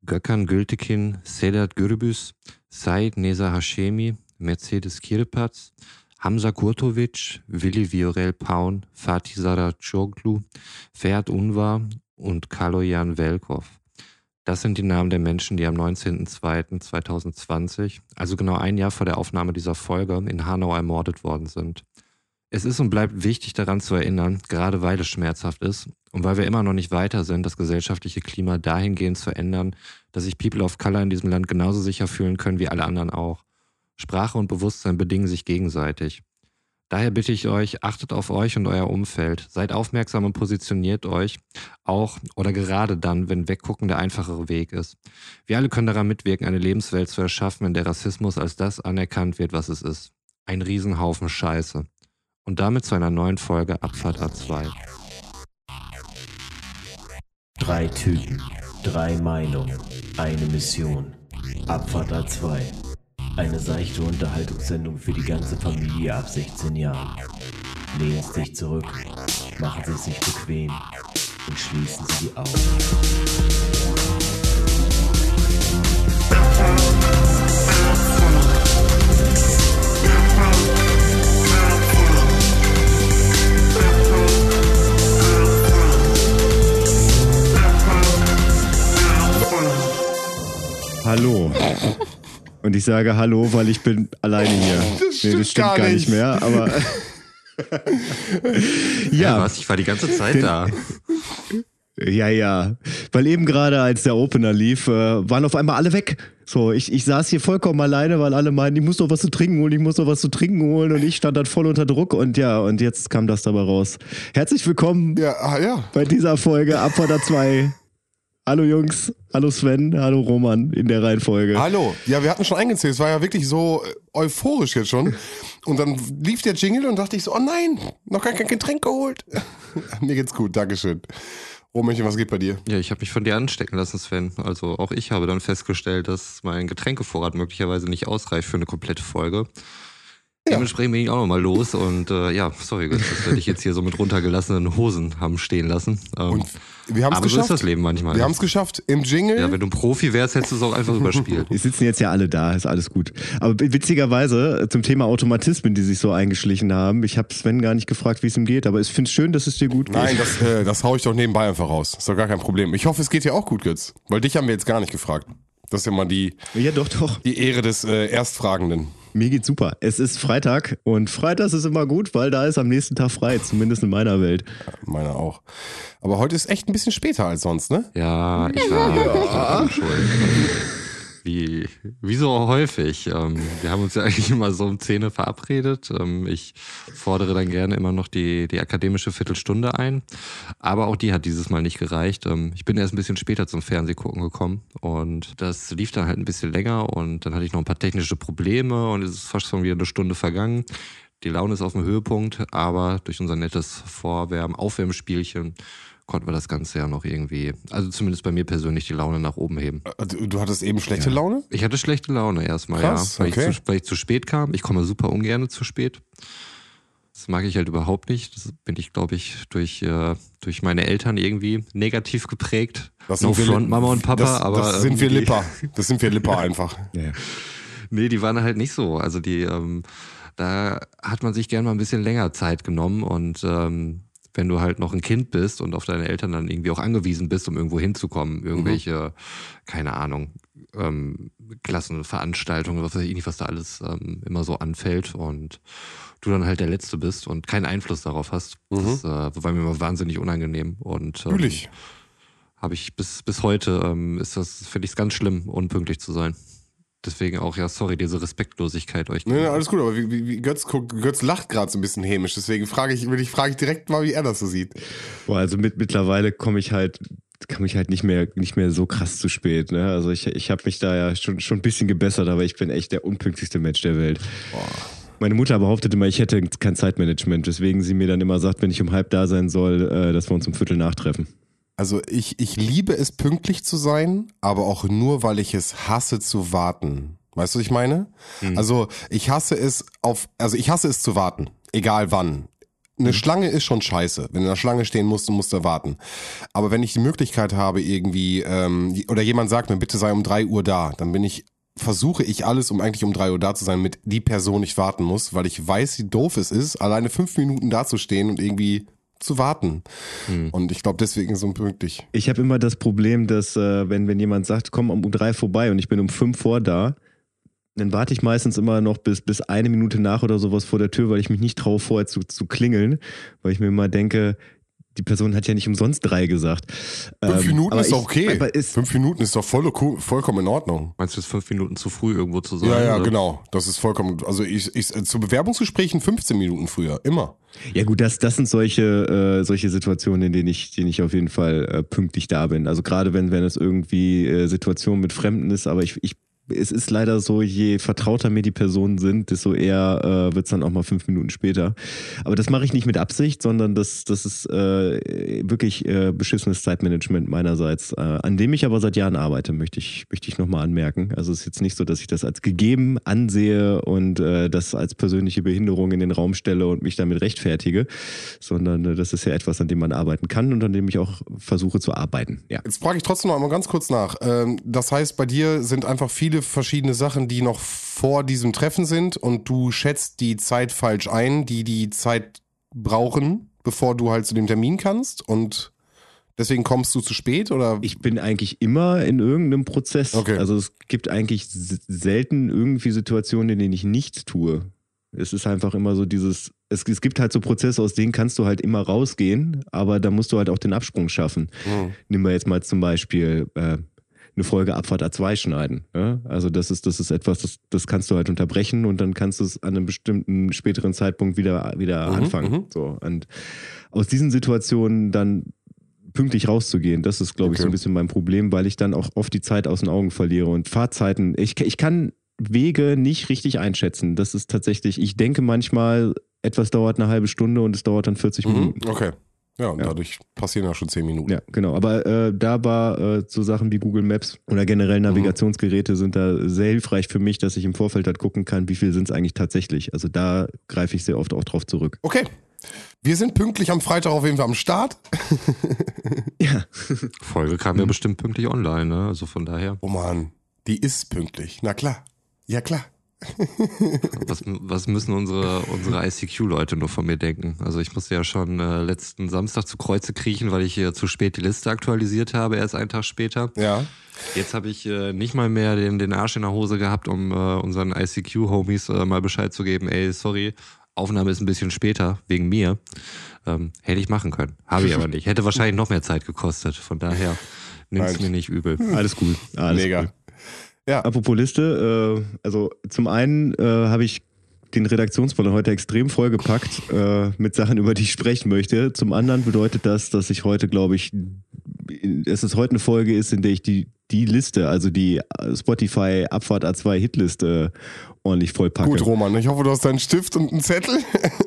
Gökhan Gültekin, Sedat Gürbüz, Said Neza Hashemi, Mercedes Kirpaz, Hamza Kurtovic, Willi Viorel Paun, Fatih Saracoglu, Ferhat Unvar und Kaloyan Velkov. Das sind die Namen der Menschen, die am 19.02.2020, also genau ein Jahr vor der Aufnahme dieser Folge, in Hanau ermordet worden sind. Es ist und bleibt wichtig daran zu erinnern, gerade weil es schmerzhaft ist und weil wir immer noch nicht weiter sind, das gesellschaftliche Klima dahingehend zu ändern, dass sich People of Color in diesem Land genauso sicher fühlen können wie alle anderen auch. Sprache und Bewusstsein bedingen sich gegenseitig. Daher bitte ich euch, achtet auf euch und euer Umfeld, seid aufmerksam und positioniert euch, auch oder gerade dann, wenn Weggucken der einfachere Weg ist. Wir alle können daran mitwirken, eine Lebenswelt zu erschaffen, in der Rassismus als das anerkannt wird, was es ist. Ein Riesenhaufen Scheiße. Und damit zu einer neuen Folge Abfahrt A2. 3 Typen, 3 Meinungen, eine Mission. Abfahrt A2. Eine seichte Unterhaltungssendung für die ganze Familie ab 16 Jahren. Lehnen Sie sich zurück, machen Sie es sich bequem und schließen Sie die Augen. Hallo. Und ich sage Hallo, weil ich bin alleine hier. Das stimmt gar nicht mehr, aber ja. Was? Ich war die ganze Zeit da. Ja. Weil eben gerade, als der Opener lief, waren auf einmal alle weg. So, ich saß hier vollkommen alleine, weil alle meinten, ich muss doch was zu trinken holen und ich stand dann voll unter Druck und jetzt kam das dabei raus. Herzlich willkommen bei dieser Folge Abfahrt A2. Hallo Jungs, hallo Sven, hallo Roman in der Reihenfolge. Hallo, ja, wir hatten schon eingezählt, es war ja wirklich so euphorisch jetzt schon. Und dann lief der Jingle und dachte ich so, oh nein, noch gar kein Getränk geholt. Mir geht's gut, Dankeschön. Romännchen, was geht bei dir? Ja, ich habe mich von dir anstecken lassen, Sven. Also auch ich habe dann festgestellt, dass mein Getränkevorrat möglicherweise nicht ausreicht für eine komplette Folge. Ja. Dementsprechend bin ich auch nochmal los und sorry, dass wir dich jetzt hier so mit runtergelassenen Hosen haben stehen lassen. Und wir haben es geschafft. So ist das Leben manchmal. Wir haben es geschafft im Jingle. Ja, wenn du ein Profi wärst, hättest du es auch einfach überspielt. Wir sitzen jetzt ja alle da, ist alles gut. Aber witzigerweise zum Thema Automatismen, die sich so eingeschlichen haben. Ich habe Sven gar nicht gefragt, wie es ihm geht, aber ich finde es schön, dass es dir gut geht. Nein, das hau ich doch nebenbei einfach raus. Ist doch gar kein Problem. Ich hoffe, es geht dir auch gut, Götz. Weil dich haben wir jetzt gar nicht gefragt. Das ist ja mal die Ehre des Erstfragenden. Mir geht's super. Es ist Freitag und Freitags ist immer gut, weil da ist am nächsten Tag frei, zumindest in meiner Welt. Ja, meiner auch. Aber heute ist echt ein bisschen später als sonst, ne? Ja, ich war schuld. Wie so häufig. Wir haben uns ja eigentlich immer so um 10 Uhr verabredet. Ich fordere dann gerne immer noch die akademische Viertelstunde ein. Aber auch die hat dieses Mal nicht gereicht. Ich bin erst ein bisschen später zum Fernsehgucken gekommen und das lief dann halt ein bisschen länger und dann hatte ich noch ein paar technische Probleme und es ist fast schon wieder eine Stunde vergangen. Die Laune ist auf dem Höhepunkt, aber durch unser nettes Aufwärmspielchen konnten wir das Ganze ja noch irgendwie, also zumindest bei mir persönlich, die Laune nach oben heben. Du hattest eben schlechte Laune? Ich hatte schlechte Laune erstmal, krass, weil, okay. weil ich zu spät kam. Ich komme super ungern zu spät. Das mag ich halt überhaupt nicht. Das bin ich, glaube ich, durch meine Eltern irgendwie negativ geprägt. No front, Mama und Papa. Das sind wir Lipper. Das sind wir Lipper einfach. Yeah. Nee, die waren halt nicht so. Also da hat man sich gern mal ein bisschen länger Zeit genommen und wenn du halt noch ein Kind bist und auf deine Eltern dann irgendwie auch angewiesen bist, um irgendwo hinzukommen, irgendwelche, keine Ahnung, Klassenveranstaltungen, was weiß ich nicht, was da alles immer so anfällt und du dann halt der Letzte bist und keinen Einfluss darauf hast. Das war mir immer wahnsinnig unangenehm und natürlich habe ich bis heute, finde ich es ganz schlimm, unpünktlich zu sein. Deswegen auch, ja, sorry, diese Respektlosigkeit euch. Nee, alles gut, aber wie Götz lacht gerade so ein bisschen hämisch, deswegen frage ich direkt mal, wie er das so sieht. Boah, also mittlerweile komme ich halt nicht mehr so krass zu spät, ne? Also ich habe mich da ja schon ein bisschen gebessert, aber ich bin echt der unpünktlichste Mensch der Welt. Boah. Meine Mutter behauptet immer, ich hätte kein Zeitmanagement, weswegen sie mir dann immer sagt, wenn ich um 12:30 da sein soll, dass wir uns um 12:15 nachtreffen. Also ich liebe es, pünktlich zu sein, aber auch nur, weil ich es hasse zu warten. Weißt du, was ich meine? Also ich hasse es zu warten, egal wann. eine Schlange ist schon scheiße. Wenn du in der Schlange stehen musst, musst du warten. Aber wenn ich die Möglichkeit habe irgendwie, oder jemand sagt mir, bitte sei um 3 Uhr da, dann versuche ich alles, um eigentlich um 3 Uhr da zu sein, mit die Person ich warten muss, weil ich weiß, wie doof es ist, alleine 5 Minuten dazustehen und irgendwie zu warten. Und ich glaube, deswegen so pünktlich. Ich habe immer das Problem, dass wenn jemand sagt, komm um 3 vorbei und ich bin um 5 vor da, dann warte ich meistens immer noch bis 1 Minute nach oder sowas vor der Tür, weil ich mich nicht traue, vorher zu klingeln, weil ich mir immer denke, die Person hat ja nicht umsonst 3 gesagt. 5 Minuten ist doch okay. 5 Minuten ist doch vollkommen in Ordnung. Meinst du, es ist 5 Minuten zu früh irgendwo zu sein? Ja, oder? genau. Das ist vollkommen, also zu Bewerbungsgesprächen 15 Minuten früher, immer. Ja gut, das sind solche Situationen, in denen ich auf jeden Fall pünktlich da bin. Also gerade wenn es irgendwie Situationen mit Fremden ist, aber es ist leider so, je vertrauter mir die Personen sind, desto eher wird es dann auch mal 5 Minuten später. Aber das mache ich nicht mit Absicht, sondern das ist wirklich beschissenes Zeitmanagement meinerseits, an dem ich aber seit Jahren arbeite, möchte ich nochmal anmerken. Also es ist jetzt nicht so, dass ich das als gegeben ansehe und das als persönliche Behinderung in den Raum stelle und mich damit rechtfertige, sondern das ist ja etwas, an dem man arbeiten kann und an dem ich auch versuche zu arbeiten. Ja. Jetzt frage ich trotzdem noch einmal ganz kurz nach. Das heißt, bei dir sind einfach viele verschiedene Sachen, die noch vor diesem Treffen sind und du schätzt die Zeit falsch ein, die Zeit brauchen, bevor du halt zu dem Termin kannst und deswegen kommst du zu spät, oder? Ich bin eigentlich immer in irgendeinem Prozess. Okay. Also es gibt eigentlich selten irgendwie Situationen, in denen ich nichts tue. Es ist einfach immer so es gibt halt so Prozesse, aus denen kannst du halt immer rausgehen, aber da musst du halt auch den Absprung schaffen. Nehmen wir jetzt mal zum Beispiel eine Folge Abfahrt A2 schneiden. Ja? Also das ist etwas, das kannst du halt unterbrechen und dann kannst du es an einem bestimmten späteren Zeitpunkt wieder anfangen. So. Und aus diesen Situationen dann pünktlich rauszugehen, das ist, glaube ich, so ein bisschen mein Problem, weil ich dann auch oft die Zeit aus den Augen verliere und Fahrzeiten, ich kann Wege nicht richtig einschätzen. Das ist tatsächlich, ich denke manchmal, etwas dauert eine halbe Stunde und es dauert dann 40 Minuten. Okay. Ja, und dadurch passieren ja schon 10 Minuten. Ja, genau. Aber da war so Sachen wie Google Maps oder generell Navigationsgeräte sind da sehr hilfreich für mich, dass ich im Vorfeld halt gucken kann, wie viel sind es eigentlich tatsächlich. Also da greife ich sehr oft auch drauf zurück. Okay. Wir sind pünktlich am Freitag auf jeden Fall am Start. Ja. Folge kam ja bestimmt pünktlich online, ne? Also von daher. Oh Mann, die ist pünktlich. Na klar. Ja, klar. Was müssen unsere ICQ-Leute nur von mir denken? Also ich musste ja schon letzten Samstag zu Kreuze kriechen, weil ich hier zu spät die Liste aktualisiert habe, erst einen Tag später. Ja. Jetzt habe ich nicht mal mehr den Arsch in der Hose gehabt, um unseren ICQ-Homies mal Bescheid zu geben, ey, sorry, Aufnahme ist ein bisschen später, wegen mir. Hätte ich machen können. Habe ich aber nicht. Hätte wahrscheinlich noch mehr Zeit gekostet. Von daher nimm's mir nicht übel. Alles gut. Alles Mega. Cool. Ja. Apropos Liste, also zum einen habe ich den Redaktionsplan heute extrem vollgepackt mit Sachen, über die ich sprechen möchte. Zum anderen bedeutet das, dass ich heute, glaube ich, es heute eine Folge ist, in der ich die Liste, also die Spotify Abfahrt A2 Hitliste ordentlich vollpacke. Gut, Roman, ich hoffe, du hast deinen Stift und einen Zettel.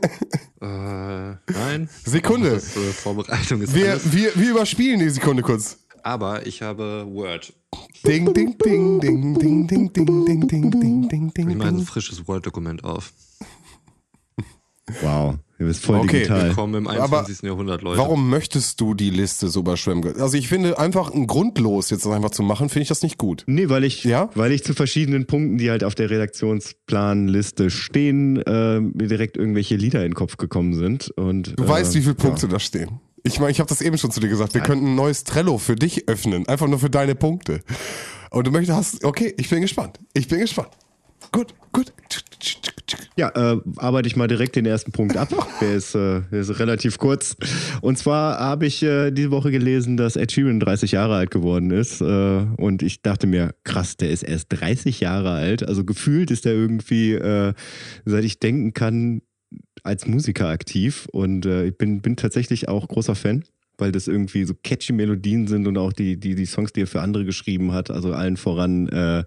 Nein. Sekunde. Das Vorbereitung ist wir überspielen die Sekunde kurz. Aber ich habe Word. Ding, ding, ding, ding, ding, ding, ding, ding, ding, ding, ding, Ich mache ein ding. frisches Word-Dokument auf. Wow, du bist voll digital. Willkommen im 21. Jahrhundert, Leute. Warum möchtest du die Liste so überschwemmen? Also ich finde, einfach ein grundlos jetzt einfach zu machen, finde ich das nicht gut. Nee, weil ich zu verschiedenen Punkten, die halt auf der Redaktionsplanliste stehen, mir direkt irgendwelche Lieder in den Kopf gekommen sind. Und, Du weißt, wie viele Punkte da stehen. Ich meine, ich habe das eben schon zu dir gesagt. Wir könnten ein neues Trello für dich öffnen. Einfach nur für deine Punkte. Und du möchtest, okay, ich bin gespannt. Gut. Ja, arbeite ich mal direkt den ersten Punkt ab. Der ist relativ kurz. Und zwar habe ich diese Woche gelesen, dass Ed Sheeran 30 Jahre alt geworden ist. Und ich dachte mir, krass, der ist erst 30 Jahre alt. Also gefühlt ist er irgendwie, seit ich denken kann, als Musiker aktiv. Und ich bin tatsächlich auch großer Fan, weil das irgendwie so catchy Melodien sind und auch die Songs, die er für andere geschrieben hat. Also allen voran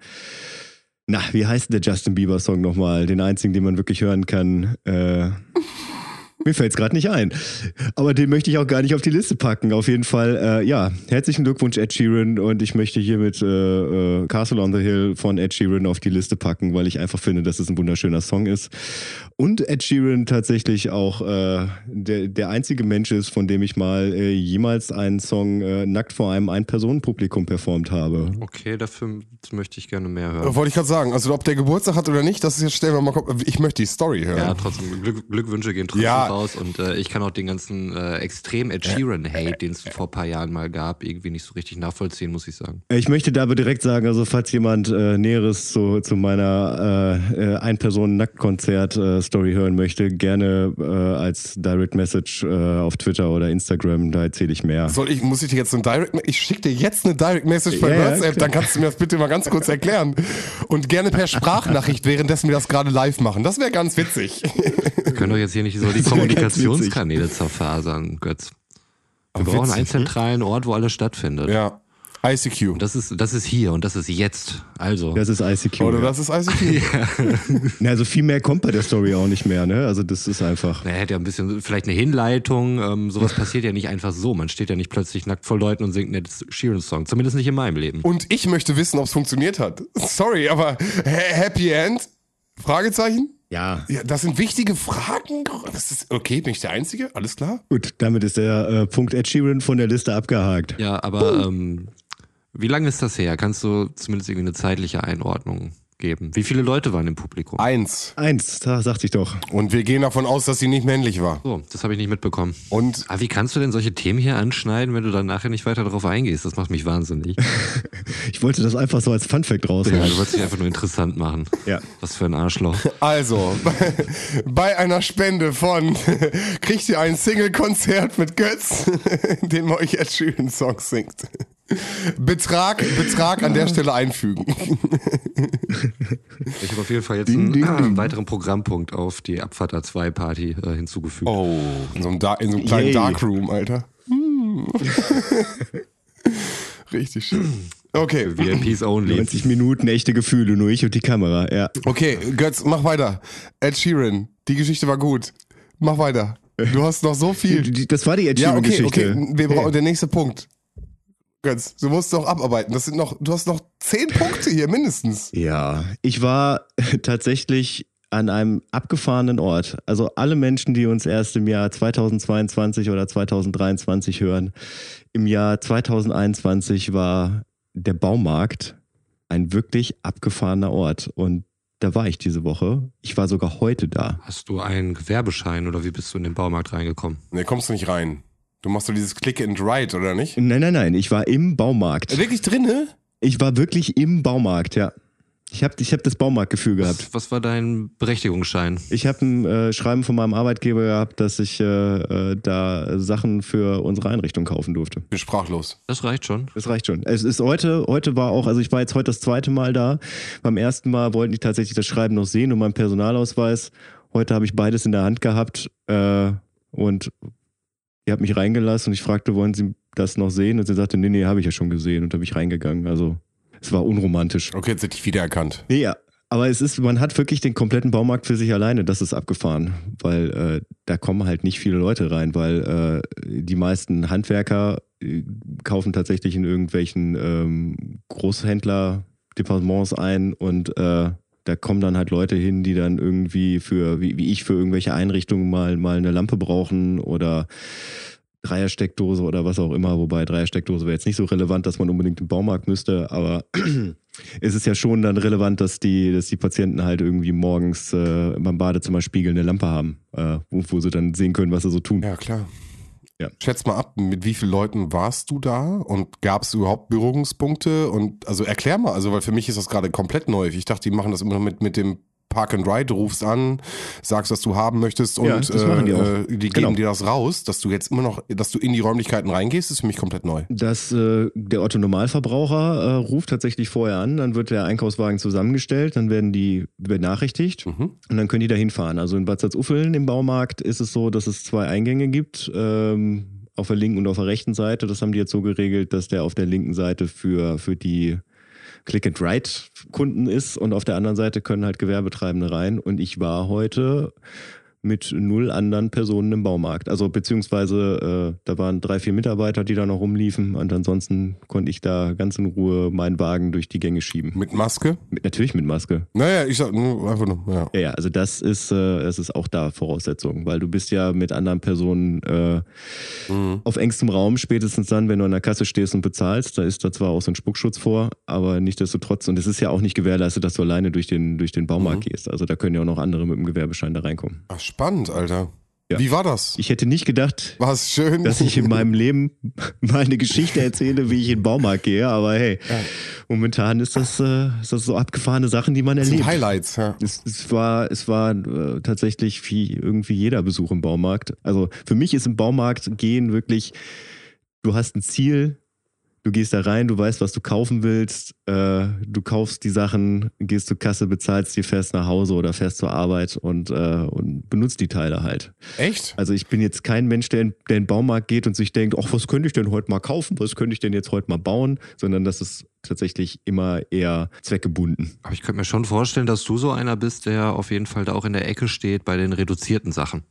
wie heißt der Justin Bieber Song nochmal? Den einzigen, den man wirklich hören kann. Mir fällt es gerade nicht ein. Aber den möchte ich auch gar nicht auf die Liste packen. Auf jeden Fall, herzlichen Glückwunsch Ed Sheeran und ich möchte hiermit Castle on the Hill von Ed Sheeran auf die Liste packen, weil ich einfach finde, dass es ein wunderschöner Song ist. Und Ed Sheeran tatsächlich auch der einzige Mensch ist, von dem ich mal jemals einen Song nackt vor einem Ein-Personen-Publikum performt habe. Okay, dafür möchte ich gerne mehr hören. Wollte ich gerade sagen, also ob der Geburtstag hat oder nicht, das ist jetzt, stellen wir mal, ich möchte die Story hören. Ja, trotzdem, Glückwünsche gehen trotzdem Ja. raus und ich kann auch den ganzen extrem Ed Sheeran-Hate, den es vor ein paar Jahren mal gab, irgendwie nicht so richtig nachvollziehen, muss ich sagen. Ich möchte da aber direkt sagen, also falls jemand Näheres zu meiner Ein-Personen-Nacktkonzert-Story hören möchte, gerne als Direct Message auf Twitter oder Instagram, da erzähle ich mehr. Muss ich dir jetzt ich schicke dir jetzt eine Direct Message bei WhatsApp, dann kannst du mir das bitte mal ganz kurz erklären. Und gerne per Sprachnachricht, währenddessen wir das gerade live machen. Das wäre ganz witzig. Wir können doch jetzt hier nicht so die Kommunikationskanäle zerfasern, Götz. Wir brauchen einen zentralen Ort, wo alles stattfindet. Ja. ICQ. Und das ist hier und das ist jetzt. Also. Das ist ICQ. Oder ja. das ist ICQ. Na, also viel mehr kommt bei der Story auch nicht mehr, ne? Also das ist einfach. Er hätte ja ein bisschen, vielleicht eine Hinleitung. Sowas passiert ja nicht einfach so. Man steht ja nicht plötzlich nackt vor Leuten und singt einen Sheeran-Song. Zumindest nicht in meinem Leben. Und ich möchte wissen, ob es funktioniert hat. Sorry, aber Happy End? Fragezeichen? Ja. Ja, das sind wichtige Fragen. Okay, bin ich der Einzige? Alles klar? Gut, damit ist der Punkt Ed Sheeran von der Liste abgehakt. Ja, aber wie lange ist das her? Kannst du zumindest irgendwie eine zeitliche Einordnung geben? Wie viele Leute waren im Publikum? 1. Da sagte ich doch. Und wir gehen davon aus, dass sie nicht männlich war. So, das habe ich nicht mitbekommen. Und Aber wie kannst du denn solche Themen hier anschneiden, wenn du dann nachher nicht weiter darauf eingehst? Das macht mich wahnsinnig. Ich wollte das einfach so als Funfact Ja, raushauen. du wolltest dich einfach nur interessant machen. Ja. Was für ein Arschloch. also, bei einer Spende von kriegt ihr ein Single-Konzert mit Götz, in dem euch Ed Sheeran Songs singt. Betrag an der Stelle einfügen. Ich habe auf jeden Fall jetzt Ding, ding, einen ding. weiteren Programmpunkt auf die Abfahrt A2 Party hinzugefügt. Oh, in so einem kleinen Yay. Darkroom, Alter. Richtig schön. Okay, VIPs only. 90 Minuten echte Gefühle, nur ich und die Kamera, ja. okay, Götz, mach weiter. Ed Sheeran, die Geschichte war gut. Mach weiter. Du hast noch so viel. Das war die Ed Ja, okay, Sheeran-Geschichte. okay. Wir brauchen der nächste Punkt. Götz, du musst doch abarbeiten. Du hast noch 10 Punkte hier mindestens. Ja, ich war tatsächlich an einem abgefahrenen Ort. Also alle Menschen, die uns erst im Jahr 2022 oder 2023 hören, im Jahr 2021 war der Baumarkt ein wirklich abgefahrener Ort. Und da war ich diese Woche. Ich war sogar heute da. Hast du einen Gewerbeschein oder wie bist du in den Baumarkt reingekommen? Ne, kommst du nicht rein. Du machst doch dieses Click and Write, oder nicht? Nein, ich war im Baumarkt. Wirklich drinne? Ich war wirklich im Baumarkt, ja. Ich hab das Baumarktgefühl gehabt. Was war dein Berechtigungsschein? Ich habe ein Schreiben von meinem Arbeitgeber gehabt, dass ich da Sachen für unsere Einrichtung kaufen durfte. Bin sprachlos. Das reicht schon. Das reicht schon. Es ist heute war auch, also ich war jetzt heute das zweite Mal da. Beim ersten Mal wollten die tatsächlich das Schreiben noch sehen und meinen Personalausweis. Heute habe ich beides in der Hand gehabt und die hat mich reingelassen und ich fragte, wollen Sie das noch sehen? Und sie sagte, nee, habe ich ja schon gesehen und da bin ich reingegangen. Also es war unromantisch. Okay, jetzt hätte ich wiedererkannt. Nee, ja. Aber man hat wirklich den kompletten Baumarkt für sich alleine. Das ist abgefahren, weil da kommen halt nicht viele Leute rein, weil die meisten Handwerker kaufen tatsächlich in irgendwelchen Großhändler-Departements ein und da kommen dann halt Leute hin, die dann irgendwie wie ich für irgendwelche Einrichtungen mal eine Lampe brauchen oder Dreiersteckdose oder was auch immer, wobei Dreiersteckdose wäre jetzt nicht so relevant, dass man unbedingt im Baumarkt müsste, aber es ist ja schon dann relevant, dass die Patienten halt irgendwie morgens beim Badezimmerspiegel eine Lampe haben, wo sie dann sehen können, was sie so tun. Ja, klar. Ja. Schätz mal ab, mit wie vielen Leuten warst du da und gab es überhaupt Berührungspunkte? Und also erklär mal, also weil für mich ist das gerade komplett neu. Ich dachte, die machen das immer noch mit dem Park and Ride, du rufst an, sagst, was du haben möchtest und Ja, das machen die auch. die Genau. geben dir das raus, dass du jetzt immer noch, dass du in die Räumlichkeiten reingehst, ist für mich komplett neu. Dass der Otto-Normalverbraucher ruft tatsächlich vorher an, dann wird der Einkaufswagen zusammengestellt, dann werden die benachrichtigt und dann können die da hinfahren. Also in Bad Salzuffeln im Baumarkt ist es so, dass es 2 Eingänge gibt, auf der linken und auf der rechten Seite. Das haben die jetzt so geregelt, dass der auf der linken Seite für die Click-and-Write-Kunden ist und auf der anderen Seite können halt Gewerbetreibende rein. Und ich war heute mit 0 anderen Personen im Baumarkt. Also beziehungsweise da waren 3, 4 Mitarbeiter, die da noch rumliefen und ansonsten konnte ich da ganz in Ruhe meinen Wagen durch die Gänge schieben. Mit Maske? Natürlich mit Maske. Naja, ich sag nur einfach nur, ja. Ja, also das ist auch da Voraussetzung, weil du bist ja mit anderen Personen auf engstem Raum, spätestens dann, wenn du an der Kasse stehst und bezahlst, da ist da zwar auch so ein Spuckschutz vor, aber nichtsdestotrotz, und es ist ja auch nicht gewährleistet, dass du alleine durch den Baumarkt gehst, also da können ja auch noch andere mit dem Gewerbeschein da reinkommen. Ach, spannend, Alter. Ja. Wie war das? Ich hätte nicht gedacht, War's schön? dass ich in meinem Leben mal eine Geschichte erzähle, wie ich in den Baumarkt gehe, aber hey, momentan ist das so abgefahrene Sachen, die man das erlebt. sind Highlights, ja. Es war tatsächlich wie irgendwie jeder Besuch im Baumarkt. Also für mich ist im Baumarkt gehen wirklich, du hast ein Ziel, du gehst da rein, du weißt, was du kaufen willst, du kaufst die Sachen, gehst zur Kasse, bezahlst die, fährst nach Hause oder fährst zur Arbeit und benutzt die Teile halt. Echt? Also ich bin jetzt kein Mensch, der in den Baumarkt geht und sich denkt, ach, was könnte ich denn heute mal kaufen, was könnte ich denn jetzt heute mal bauen, sondern das ist tatsächlich immer eher zweckgebunden. Aber ich könnte mir schon vorstellen, dass du so einer bist, der auf jeden Fall da auch in der Ecke steht bei den reduzierten Sachen.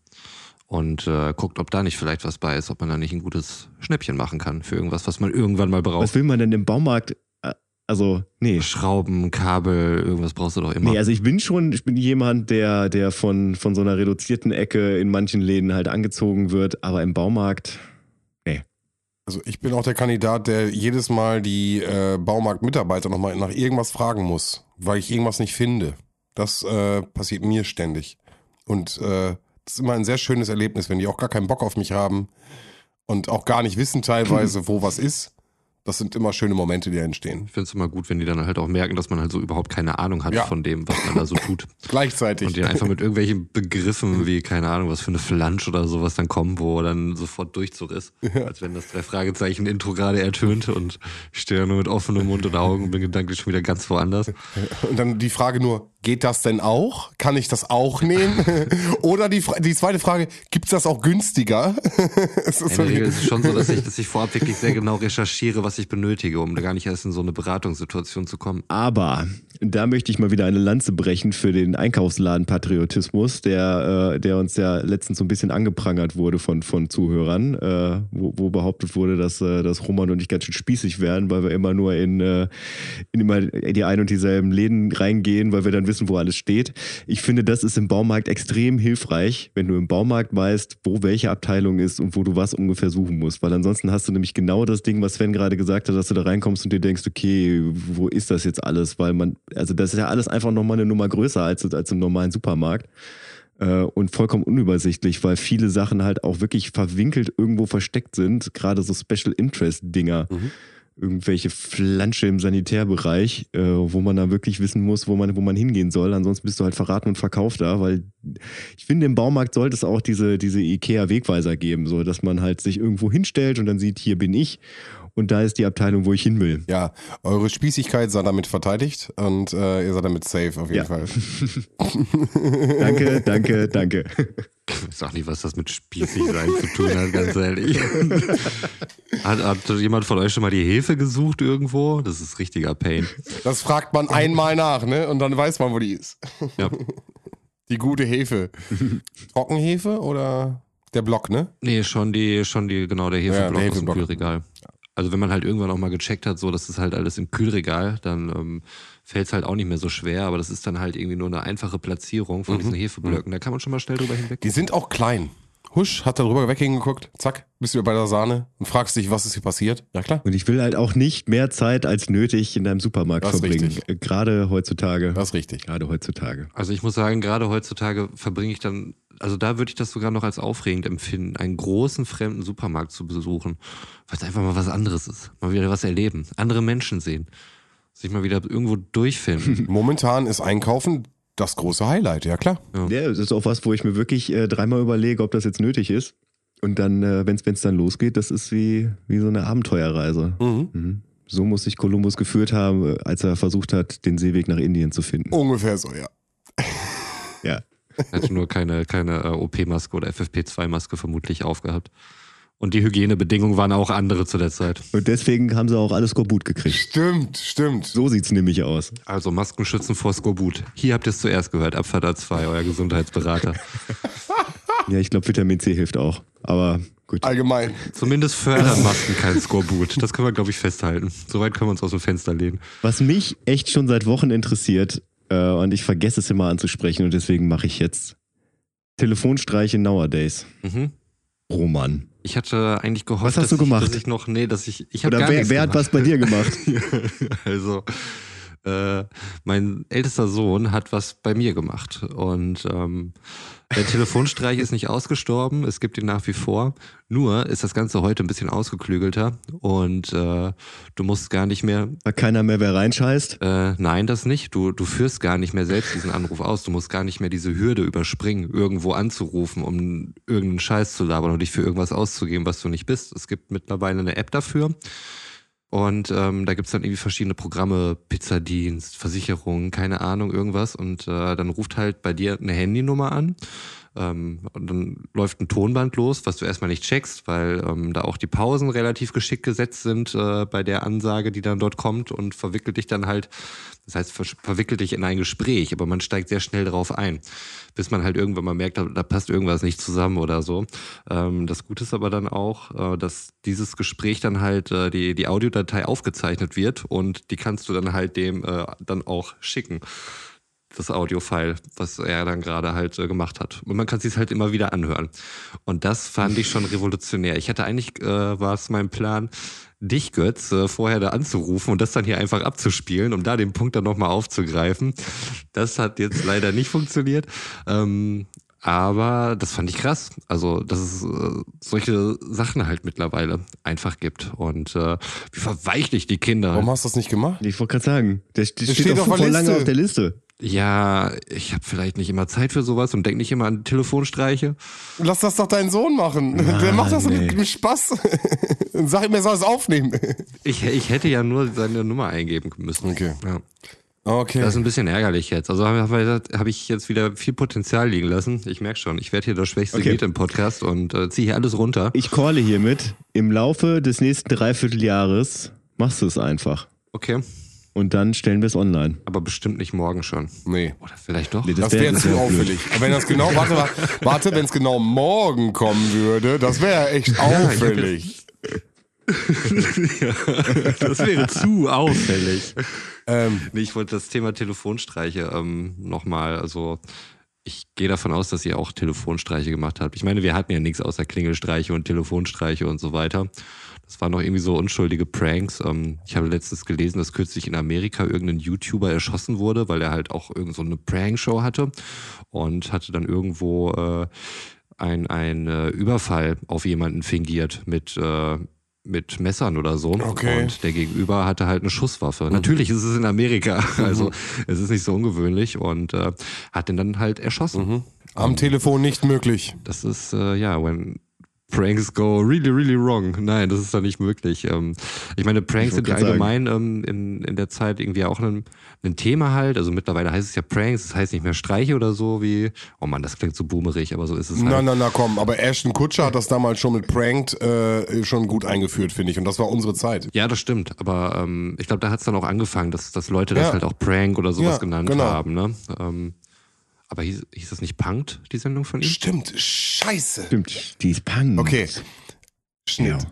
Und guckt, ob da nicht vielleicht was bei ist, ob man da nicht ein gutes Schnäppchen machen kann für irgendwas, was man irgendwann mal braucht. Was will man denn im Baumarkt? Also, nee. Schrauben, Kabel, irgendwas brauchst du doch immer. Nee, also ich bin jemand, der von so einer reduzierten Ecke in manchen Läden halt angezogen wird, aber im Baumarkt, nee. Also ich bin auch der Kandidat, der jedes Mal die Baumarktmitarbeiter nochmal nach irgendwas fragen muss, weil ich irgendwas nicht finde. Das passiert mir ständig. Und das ist immer ein sehr schönes Erlebnis, wenn die auch gar keinen Bock auf mich haben und auch gar nicht wissen teilweise, wo was ist. Das sind immer schöne Momente, die da entstehen. Ich finde es immer gut, wenn die dann halt auch merken, dass man halt so überhaupt keine Ahnung hat von dem, was man da so tut. Gleichzeitig. Und die einfach mit irgendwelchen Begriffen wie, keine Ahnung, was für eine Flansch oder sowas dann kommen, wo dann sofort Durchzug ist. Ja. Als wenn das 3-Fragezeichen-Intro gerade ertönt und ich stehe ja nur mit offenem Mund und Augen und bin gedanklich schon wieder ganz woanders. Und dann die Frage nur, geht das denn auch? Kann ich das auch nehmen? Oder die zweite Frage, gibt's das auch günstiger? In der Regel ist es schon so, dass ich vorab wirklich sehr genau recherchiere, was ich benötige, um da gar nicht erst in so eine Beratungssituation zu kommen. Aber da möchte ich mal wieder eine Lanze brechen für den Einkaufsladen-Patriotismus, der uns ja letztens so ein bisschen angeprangert wurde von Zuhörern, wo behauptet wurde, dass Roman und ich ganz schön spießig werden, weil wir immer nur in immer die ein und dieselben Läden reingehen, weil wir dann wissen, wo alles steht. Ich finde, das ist im Baumarkt extrem hilfreich, wenn du im Baumarkt weißt, wo welche Abteilung ist und wo du was ungefähr suchen musst, weil ansonsten hast du nämlich genau das Ding, was Sven gerade gesagt hat, dass du da reinkommst und dir denkst, okay, wo ist das jetzt alles? Weil also das ist ja alles einfach nochmal eine Nummer größer als im normalen Supermarkt und vollkommen unübersichtlich, weil viele Sachen halt auch wirklich verwinkelt irgendwo versteckt sind, gerade so Special Interest Dinger. Irgendwelche Flansche im Sanitärbereich, wo man da wirklich wissen muss, wo man hingehen soll. Ansonsten bist du halt verraten und verkauft da, weil ich finde, im Baumarkt sollte es auch diese IKEA-Wegweiser geben, so dass man halt sich irgendwo hinstellt und dann sieht, hier bin ich und da ist die Abteilung, wo ich hin will. Ja, eure Spießigkeit sei damit verteidigt und ihr seid damit safe auf jeden Fall. Danke. Ich weiß auch nicht, was das mit spießig sein zu tun hat, ganz ehrlich. Hat jemand von euch schon mal die Hefe gesucht irgendwo? Das ist richtiger Pain. Das fragt man einmal nach, ne? Und dann weiß man, wo die ist. Ja. Die gute Hefe. Trockenhefe oder der Block, ne? Nee, schon die genau, der Hefeblock aus dem Kühlregal. Also wenn man halt irgendwann auch mal gecheckt hat, so, das ist halt alles im Kühlregal, dann fällt es halt auch nicht mehr so schwer, aber das ist dann halt irgendwie nur eine einfache Platzierung von diesen Hefeblöcken. Da kann man schon mal schnell drüber hinweg. Die sind auch klein. Husch, hat da drüber weggeguckt, zack, bist du bei der Sahne und fragst dich, was ist hier passiert? Ja klar. Und ich will halt auch nicht mehr Zeit als nötig in deinem Supermarkt verbringen. Richtig. Gerade heutzutage. Das ist richtig. Gerade heutzutage. Also ich muss sagen, gerade heutzutage verbringe ich dann, also da würde ich das sogar noch als aufregend empfinden, einen großen fremden Supermarkt zu besuchen, weil es einfach mal was anderes ist. Mal wieder was erleben, andere Menschen sehen, sich mal wieder irgendwo durchfinden. Momentan ist Einkaufen das große Highlight, ja klar. Ja, das ist auch was, wo ich mir wirklich dreimal überlege, ob das jetzt nötig ist. Und dann, wenn es dann losgeht, das ist wie so eine Abenteuerreise. So muss sich Kolumbus geführt haben, als er versucht hat, den Seeweg nach Indien zu finden. Ungefähr so, ja. Ja. Er hatte nur keine OP-Maske oder FFP2-Maske vermutlich aufgehabt. Und die Hygienebedingungen waren auch andere zu der Zeit. Und deswegen haben sie auch alles Skorbut gekriegt. Stimmt. So sieht's nämlich aus. Also Masken schützen vor Skorbut. Hier habt ihr es zuerst gehört. Abfahrt A2, euer Gesundheitsberater. Ja, ich glaube, Vitamin C hilft auch. Aber gut. Allgemein. Zumindest fördern Masken kein Skorbut. Das können wir, glaube ich, festhalten. Soweit können wir uns aus dem Fenster lehnen. Was mich echt schon seit Wochen interessiert, und ich vergesse es immer anzusprechen und deswegen mache ich jetzt Telefonstreiche nowadays. Mhm. Roman. Ich hatte eigentlich gehofft, Was hast du gemacht? dass ich noch, ich habe Oder gar nichts wer hat gemacht. was bei dir gemacht? Also, mein ältester Sohn hat was bei mir gemacht und der Telefonstreich ist nicht ausgestorben, es gibt ihn nach wie vor, nur ist das Ganze heute ein bisschen ausgeklügelter und du musst gar nicht mehr, War keiner mehr, wer reinscheißt? nein, das nicht, du führst gar nicht mehr selbst diesen Anruf aus, du musst gar nicht mehr diese Hürde überspringen, irgendwo anzurufen, um irgendeinen Scheiß zu labern oder dich für irgendwas auszugeben, was du nicht bist. Es gibt mittlerweile eine App dafür. Und da gibt's dann irgendwie verschiedene Programme, Pizzadienst, Versicherung, keine Ahnung, irgendwas. Und dann ruft halt bei dir eine Handynummer an. Und dann läuft ein Tonband los, was du erstmal nicht checkst, weil da auch die Pausen relativ geschickt gesetzt sind bei der Ansage, die dann dort kommt und verwickelt dich dann halt, das heißt verwickelt dich in ein Gespräch, aber man steigt sehr schnell drauf ein, bis man halt irgendwann mal merkt, da passt irgendwas nicht zusammen oder so. Das Gute ist aber dann auch, dass dieses Gespräch dann halt die Audiodatei aufgezeichnet wird und die kannst du dann halt dem dann auch schicken. Das Audiofile, was er dann gerade halt gemacht hat. Und man kann sich halt immer wieder anhören. Und das fand ich schon revolutionär. Ich hatte eigentlich, war es mein Plan, dich, Götz, vorher da anzurufen und das dann hier einfach abzuspielen, um da den Punkt dann nochmal aufzugreifen. Das hat jetzt leider nicht funktioniert. Aber das fand ich krass. Also, dass es solche Sachen halt mittlerweile einfach gibt. Und wie verweichlich die Kinder. Warum hast du das nicht gemacht? Ich wollte gerade sagen, der steht steht doch auf der voll lange Liste. auf der Liste. Ja, ich habe vielleicht nicht immer Zeit für sowas und denke nicht immer an Telefonstreiche. Lass das doch deinen Sohn machen. Der macht das nee. mit Spaß. Sag ihm, er soll es aufnehmen. Ich hätte ja nur seine Nummer eingeben müssen. Okay. Ja. Okay. Das ist ein bisschen ärgerlich jetzt. Also habe ich jetzt wieder viel Potenzial liegen lassen. Ich merke schon, ich werde hier das schwächste Okay. Glied im Podcast und ziehe hier alles runter. Ich calle hiermit, im Laufe des nächsten Dreivierteljahres machst du es einfach. Okay, Und dann stellen wir es online. aber bestimmt nicht morgen schon. Nee. Oder vielleicht doch. Nee, Das wäre zu wär auffällig. Aber wenn das genau, warte, wenn es genau morgen kommen würde, das wäre echt auffällig. Ja, das wäre zu auffällig. Nee, ich wollte das Thema Telefonstreiche nochmal, also ich gehe davon aus, dass ihr auch Telefonstreiche gemacht habt. Ich meine, wir hatten ja nichts außer Klingelstreiche und Telefonstreiche und so weiter. Das waren noch irgendwie so unschuldige Pranks. Ich habe letztens gelesen, dass kürzlich in Amerika irgendein YouTuber erschossen wurde, weil er halt auch irgend so eine Prankshow hatte und hatte dann irgendwo ein Überfall auf jemanden fingiert mit Messern oder so. Okay. Und der Gegenüber hatte halt eine Schusswaffe. Natürlich ist es in Amerika, also es ist nicht so ungewöhnlich und hat den dann halt erschossen. Am Telefon nicht möglich. Das ist, when Pranks go really, really wrong. Nein, das ist doch nicht möglich. Ich meine, Pranks Ich sind wollte ja gerade allgemein in der Zeit irgendwie auch ein Thema halt. Also mittlerweile heißt es ja Pranks, das heißt nicht mehr Streiche oder so wie, oh Mann, das klingt so boomerig, aber so ist es halt. Na, komm. Aber Ashton Kutcher hat das damals schon mit Pranked schon gut eingeführt, finde ich. Und das war unsere Zeit. Ja, das stimmt. Aber ich glaube, da hat es dann auch angefangen, dass Leute das Ja. halt auch Prank oder sowas Ja, genannt genau. haben. Ne? Aber hieß das nicht Punked, die Sendung von ihm? Stimmt. Scheiße. Stimmt, die ist Pan. Okay. Schnitt.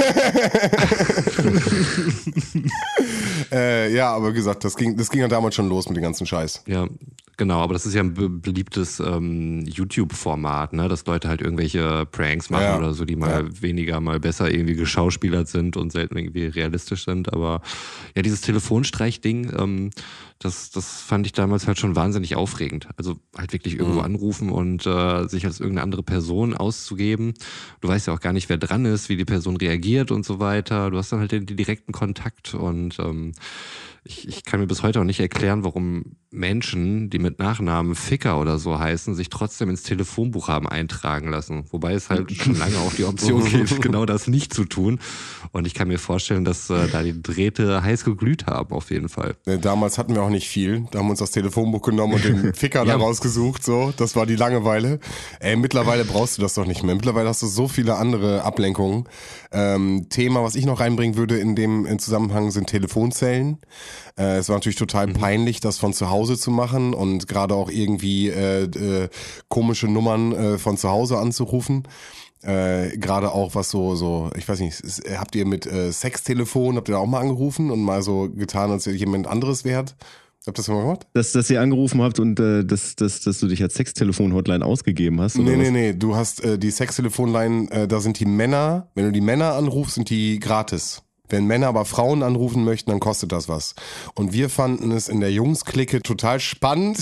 Ja, aber wie gesagt, das ging ja damals schon los mit dem ganzen Scheiß. Ja, genau, aber das ist ja ein beliebtes YouTube-Format, ne? Dass Leute halt irgendwelche Pranks machen Ja. oder so, die mal weniger, mal besser irgendwie geschauspielert sind und selten irgendwie realistisch sind. Aber ja, dieses Telefonstreich-Ding, das fand ich damals halt schon wahnsinnig aufregend. Also halt wirklich irgendwo anrufen und sich als irgendeine andere Person auszugeben. Du weißt ja auch gar nicht, wer dran ist, wie die Person reagiert und so weiter. Du hast dann halt den direkten Kontakt und ich kann mir bis heute auch nicht erklären, warum Menschen, die mit Nachnamen Ficker oder so heißen, sich trotzdem ins Telefonbuch haben eintragen lassen. Wobei es halt schon lange auch die Option gibt, genau das nicht zu tun. Und ich kann mir vorstellen, dass da die Drähte heiß geglüht haben, auf jeden Fall. Damals hatten wir auch nicht viel. Da haben wir uns das Telefonbuch genommen und den Ficker da Ja. rausgesucht. So, das war die Langeweile. Mittlerweile brauchst du das doch nicht mehr. Mittlerweile hast du so viele andere Ablenkungen. Thema, was ich noch reinbringen würde in dem Zusammenhang, sind Telefonzellen. Es war natürlich total peinlich, das von zu Hause zu machen und gerade auch irgendwie komische Nummern von zu Hause anzurufen. Gerade auch was so, ich weiß nicht, habt ihr mit Sextelefon, habt ihr da auch mal angerufen und mal so getan, als jemand anderes wärt? Habt ihr das mal gemacht? Dass ihr angerufen habt und dass du dich als Sextelefon-Hotline ausgegeben hast? Oder Nee, du hast die Sextelefonline, da sind die Männer, wenn du die Männer anrufst, sind die gratis. Wenn Männer aber Frauen anrufen möchten, dann kostet das was. Und wir fanden es in der Jungs-Clique total spannend,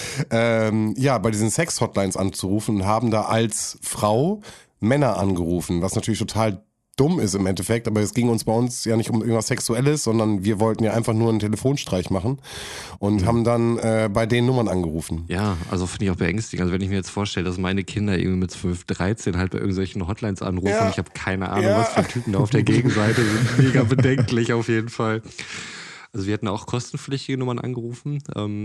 bei diesen Sex-Hotlines anzurufen und haben da als Frau Männer angerufen, was natürlich total dumm ist im Endeffekt, aber es ging uns bei uns ja nicht um irgendwas Sexuelles, sondern wir wollten ja einfach nur einen Telefonstreich machen und haben dann bei den Nummern angerufen. Ja, also finde ich auch beängstigend. Also wenn ich mir jetzt vorstelle, dass meine Kinder irgendwie mit 12, 13 halt bei irgendwelchen Hotlines anrufen und ich habe keine Ahnung, was für Typen da auf der Gegenseite sind. Mega bedenklich auf jeden Fall. Also wir hatten auch kostenpflichtige Nummern angerufen,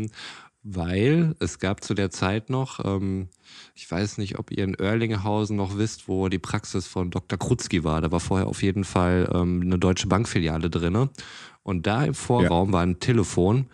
weil es gab zu der Zeit noch, ich weiß nicht, ob ihr in Oerlinghausen noch wisst, wo die Praxis von Dr. Krutzki war. Da war vorher auf jeden Fall eine Deutsche Bankfiliale drin. Und da im Vorraum war ein Telefon,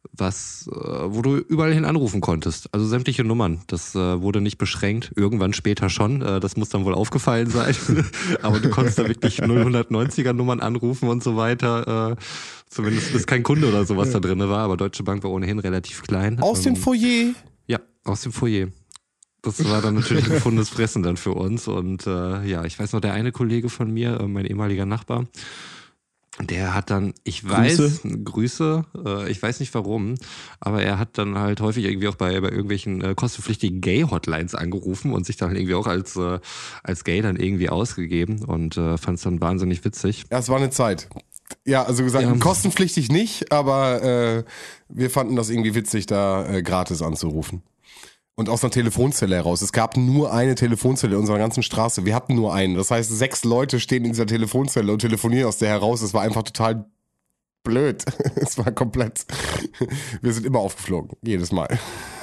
wo du überall hin anrufen konntest. Also sämtliche Nummern. Das wurde nicht beschränkt. Irgendwann später schon. Das muss dann wohl aufgefallen sein. Aber du konntest da wirklich 090er Nummern anrufen und so weiter. Zumindest bis kein Kunde oder sowas da drin war. Aber Deutsche Bank war ohnehin relativ klein. Aus dem Foyer? Ja, aus dem Foyer. Das war dann natürlich ein gefundenes Fressen dann für uns. Und ich weiß noch, der eine Kollege von mir, mein ehemaliger Nachbar, der hat dann, Grüße, ich weiß nicht warum, aber er hat dann halt häufig irgendwie auch bei irgendwelchen kostenpflichtigen Gay-Hotlines angerufen und sich dann irgendwie auch als Gay dann irgendwie ausgegeben und fand es dann wahnsinnig witzig. Ja, es war eine Zeit. Ja, also gesagt, kostenpflichtig nicht, aber wir fanden das irgendwie witzig, da gratis anzurufen. Und aus einer Telefonzelle heraus. Es gab nur eine Telefonzelle in unserer ganzen Straße. Wir hatten nur einen. Das heißt, 6 Leute stehen in dieser Telefonzelle und telefonieren aus der heraus. Es war einfach total blöd. Es war komplett. Wir sind immer aufgeflogen. Jedes Mal.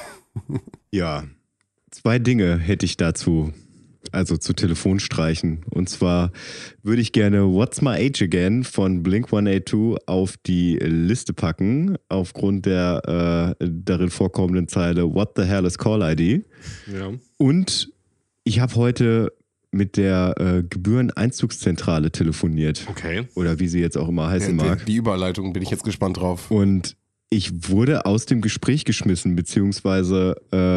Ja, 2 Dinge hätte ich dazu. Also zu Telefonstreichen. Und zwar würde ich gerne What's My Age Again von Blink-182 auf die Liste packen, aufgrund der darin vorkommenden Zeile What the hell is Call ID? Ja. Und ich habe heute mit der Gebühreneinzugszentrale telefoniert. Okay. Oder wie sie jetzt auch immer heißen mag. Die Überleitung bin ich jetzt gespannt drauf. Und ich wurde aus dem Gespräch geschmissen, beziehungsweise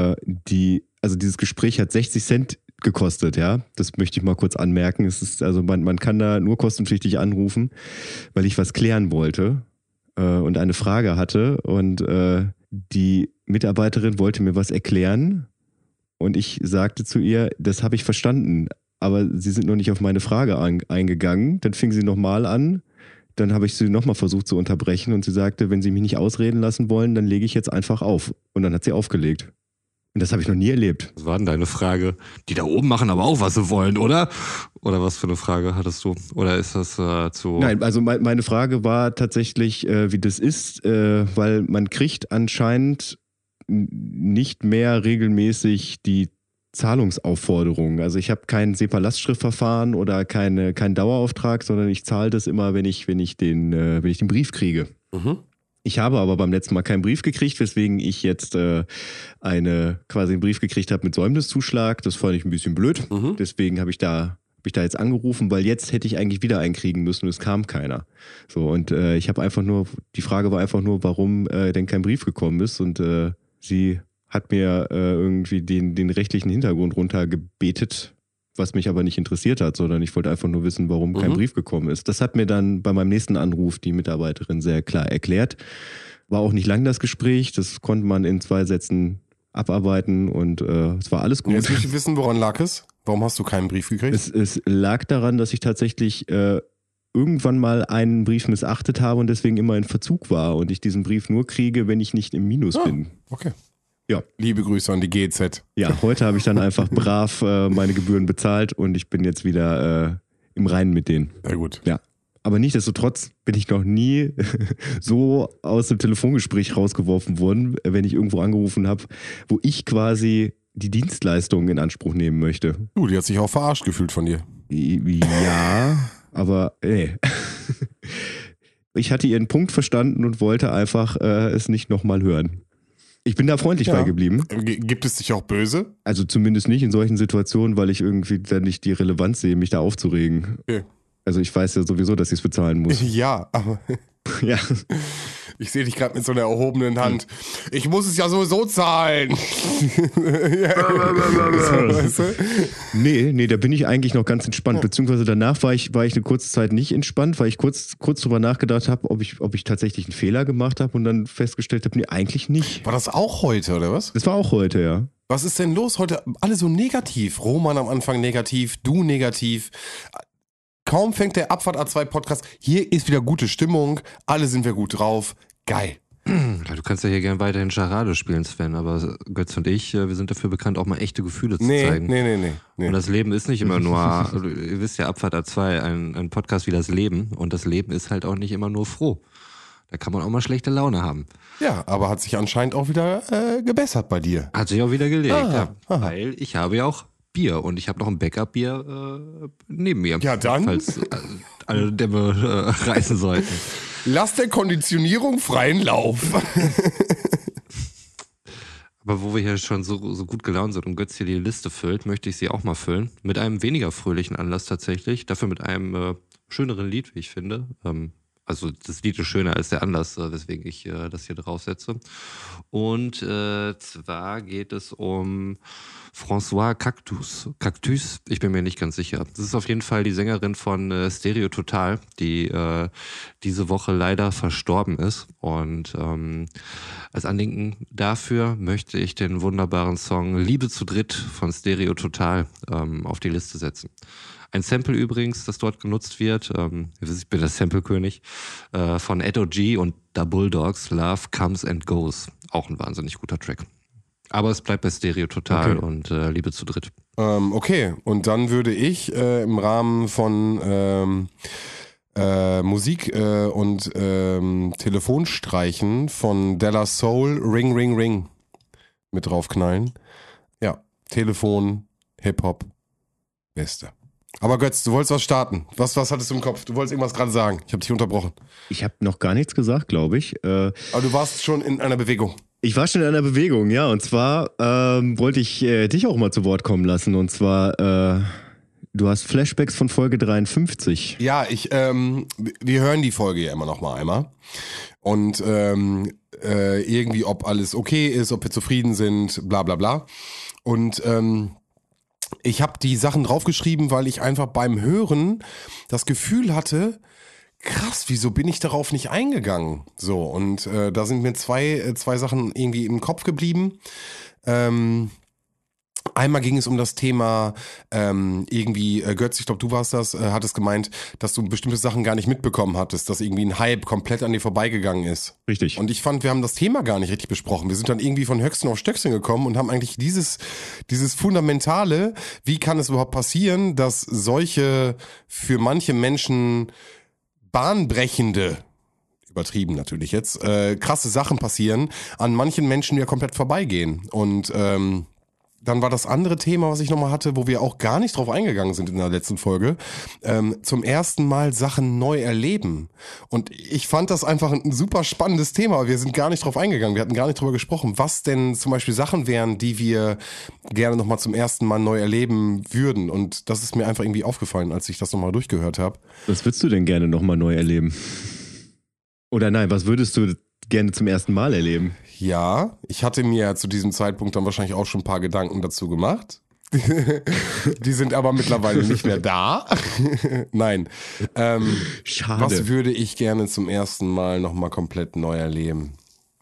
dieses Gespräch hat 60 Cent gekostet, ja. Das möchte ich mal kurz anmerken. Es ist, also man kann da nur kostenpflichtig anrufen, weil ich was klären wollte und eine Frage hatte und die Mitarbeiterin wollte mir was erklären und ich sagte zu ihr, das habe ich verstanden, aber Sie sind noch nicht auf meine Frage eingegangen. Dann fing sie nochmal an. Dann habe ich sie nochmal versucht zu unterbrechen und sie sagte, wenn Sie mich nicht ausreden lassen wollen, dann lege ich jetzt einfach auf. Und dann hat sie aufgelegt. Und das habe ich noch nie erlebt. Was war denn deine Frage? Die da oben machen aber auch, was sie wollen, oder? Oder was für eine Frage hattest du? Oder ist das zu... Nein, also meine Frage war tatsächlich, wie das ist, weil man kriegt anscheinend nicht mehr regelmäßig die Zahlungsaufforderungen. Also ich habe kein SEPA-Lastschriftverfahren oder keinen Dauerauftrag, sondern ich zahle das immer, wenn ich den Brief kriege. Mhm. Ich habe aber beim letzten Mal keinen Brief gekriegt, weswegen ich jetzt quasi einen Brief gekriegt habe mit Säumniszuschlag. Das fand ich ein bisschen blöd. Mhm. Deswegen habe ich da jetzt angerufen, weil jetzt hätte ich eigentlich wieder einen kriegen müssen und es kam keiner. So, und ich habe die Frage war einfach nur, warum denn kein Brief gekommen ist und sie hat mir irgendwie den rechtlichen Hintergrund runtergebetet, was mich aber nicht interessiert hat, sondern ich wollte einfach nur wissen, warum kein Brief gekommen ist. Das hat mir dann bei meinem nächsten Anruf die Mitarbeiterin sehr klar erklärt. War auch nicht lang das Gespräch, das konnte man in 2 Sätzen abarbeiten und es war alles gut. Jetzt möchte ich wissen, woran lag es? Warum hast du keinen Brief gekriegt? Es lag daran, dass ich tatsächlich irgendwann mal einen Brief missachtet habe und deswegen immer in Verzug war und ich diesen Brief nur kriege, wenn ich nicht im Minus bin. Okay. Ja. Liebe Grüße an die GZ. Ja, heute habe ich dann einfach brav meine Gebühren bezahlt und ich bin jetzt wieder im Reinen mit denen. Sehr gut. Ja. Aber nichtsdestotrotz bin ich noch nie so aus dem Telefongespräch rausgeworfen worden, wenn ich irgendwo angerufen habe, wo ich quasi die Dienstleistung in Anspruch nehmen möchte. Die hat sich auch verarscht gefühlt von dir. Ja, aber nee. Ich hatte ihren Punkt verstanden und wollte einfach es nicht nochmal hören. Ich bin da freundlich beigeblieben. Gibt es dich auch böse? Also zumindest nicht in solchen Situationen, weil ich irgendwie dann nicht die Relevanz sehe, mich da aufzuregen. Okay. Also ich weiß ja sowieso, dass ich es bezahlen muss. Ja, aber Ja. ich sehe dich gerade mit so einer erhobenen Hand. Ich muss es ja sowieso zahlen. Weißt du? Nee, da bin ich eigentlich noch ganz entspannt. Beziehungsweise danach war ich eine kurze Zeit nicht entspannt, weil ich kurz drüber nachgedacht habe, ob ich tatsächlich einen Fehler gemacht habe und dann festgestellt habe, nee, eigentlich nicht. War das auch heute, oder was? Das war auch heute, ja. Was ist denn los heute? Alle so negativ. Roman am Anfang negativ, du negativ. Kaum fängt der Abfahrt A2 Podcast. Hier ist wieder gute Stimmung. Alle sind wir gut drauf. Geil. Ja, du kannst ja hier gerne weiterhin Charade spielen, Sven, aber Götz und ich, wir sind dafür bekannt, auch mal echte Gefühle zu zeigen. Nee. Und das Leben ist nicht immer nur, also, ihr wisst ja, Abfahrt A2, ein Podcast wie das Leben. Und das Leben ist halt auch nicht immer nur froh. Da kann man auch mal schlechte Laune haben. Ja, aber hat sich anscheinend auch wieder gebessert bei dir. Hat sich auch wieder gelegt, Aha. Weil ich habe ja auch Bier und ich habe noch ein Backup-Bier neben mir. Ja, dann. Falls alle Dämme reißen sollten. Lass der Konditionierung freien Lauf. Aber wo wir hier schon so gut gelaunt sind und Götz hier die Liste füllt, möchte ich sie auch mal füllen. Mit einem weniger fröhlichen Anlass tatsächlich. Dafür mit einem schöneren Lied, wie ich finde. Also das Lied ist schöner als der Anlass, weswegen ich das hier draufsetze. Und zwar geht es um François Cactus, ich bin mir nicht ganz sicher. Das ist auf jeden Fall die Sängerin von Stereo Total, die diese Woche leider verstorben ist. Und als Andenken dafür möchte ich den wunderbaren Song Liebe zu dritt von Stereo Total auf die Liste setzen. Ein Sample übrigens, das dort genutzt wird, ich bin der Sample-König, von Edo G und Da Bulldogs, Love Comes and Goes. Auch ein wahnsinnig guter Track. Aber es bleibt bei Stereo Total und Liebe zu dritt. Okay, und dann würde ich im Rahmen von Musik und Telefonstreichen von Della Soul Ring Ring Ring mit draufknallen. Ja, Telefon, Hip-Hop, Beste. Aber Götz, du wolltest was starten. Was hattest du im Kopf? Du wolltest irgendwas gerade sagen. Ich habe dich unterbrochen. Ich habe noch gar nichts gesagt, glaube ich. Aber du warst schon in einer Bewegung. Ich war schon in einer Bewegung, ja. Und zwar wollte ich dich auch mal zu Wort kommen lassen. Und zwar, du hast Flashbacks von Folge 53. Ja, wir hören die Folge ja immer noch mal einmal. Und irgendwie, ob alles okay ist, ob wir zufrieden sind, bla bla bla. Und ich habe die Sachen draufgeschrieben, weil ich einfach beim Hören das Gefühl hatte, krass, wieso bin ich darauf nicht eingegangen? So, und da sind mir zwei Sachen irgendwie im Kopf geblieben. Einmal ging es um das Thema Götz, ich glaube, du warst das, hattest gemeint, dass du bestimmte Sachen gar nicht mitbekommen hattest, dass irgendwie ein Hype komplett an dir vorbeigegangen ist. Richtig. Und ich fand, wir haben das Thema gar nicht richtig besprochen. Wir sind dann irgendwie von Höchsten auf Stöckchen gekommen und haben eigentlich dieses Fundamentale, wie kann es überhaupt passieren, dass solche für manche Menschen bahnbrechende, übertrieben natürlich jetzt, krasse Sachen passieren, an manchen Menschen ja komplett vorbeigehen. Und dann war das andere Thema, was ich nochmal hatte, wo wir auch gar nicht drauf eingegangen sind in der letzten Folge, zum ersten Mal Sachen neu erleben. Und ich fand das einfach ein super spannendes Thema, aber wir sind gar nicht drauf eingegangen, wir hatten gar nicht drüber gesprochen, was denn zum Beispiel Sachen wären, die wir gerne nochmal zum ersten Mal neu erleben würden. Und das ist mir einfach irgendwie aufgefallen, als ich das nochmal durchgehört habe. Was würdest du denn gerne nochmal neu erleben? Oder nein, was würdest du gerne zum ersten Mal erleben? Ja, ich hatte mir zu diesem Zeitpunkt dann wahrscheinlich auch schon ein paar Gedanken dazu gemacht. Die sind aber mittlerweile nicht mehr da. Nein. Schade. Was würde ich gerne zum ersten Mal nochmal komplett neu erleben?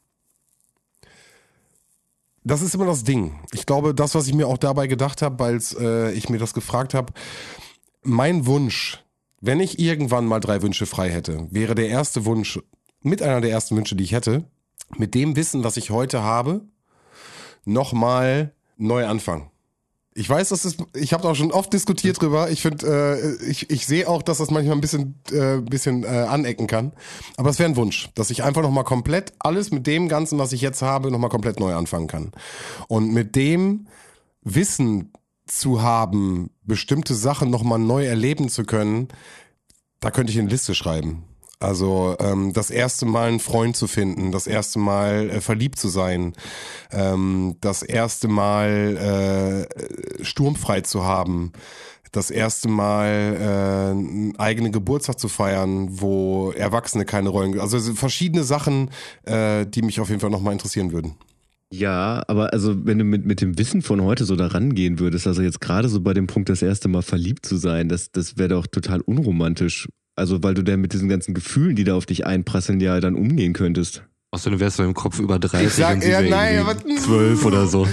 Das ist immer das Ding. Ich glaube, das, was ich mir auch dabei gedacht habe, weil ich mir das gefragt habe, mein Wunsch, wenn ich irgendwann mal 3 Wünsche frei hätte, wäre der erste Wunsch, mit einer der ersten Wünsche, die ich hätte, mit dem Wissen, was ich heute habe, nochmal neu anfangen. Ich weiß, ich habe da auch schon oft diskutiert drüber. Ich finde, ich sehe auch, dass das manchmal ein bisschen anecken kann. Aber es wäre ein Wunsch, dass ich einfach nochmal komplett alles mit dem Ganzen, was ich jetzt habe, nochmal komplett neu anfangen kann. Und mit dem Wissen zu haben, bestimmte Sachen nochmal neu erleben zu können, da könnte ich eine Liste schreiben. Also das erste Mal einen Freund zu finden, das erste Mal verliebt zu sein, das erste Mal sturmfrei zu haben, das erste Mal einen eigenen Geburtstag zu feiern, wo Erwachsene keine Rollen, also verschiedene Sachen, die mich auf jeden Fall nochmal interessieren würden. Ja, aber also wenn du mit dem Wissen von heute so da rangehen würdest, also jetzt gerade so bei dem Punkt, das erste Mal verliebt zu sein, das wäre doch total unromantisch. Also weil du dann mit diesen ganzen Gefühlen, die da auf dich einprasseln, ja dann umgehen könntest. Außerdem wärst du im Kopf über 30 Ich sag, und sie ja, wär nein, irgendwie aber 12 oder so.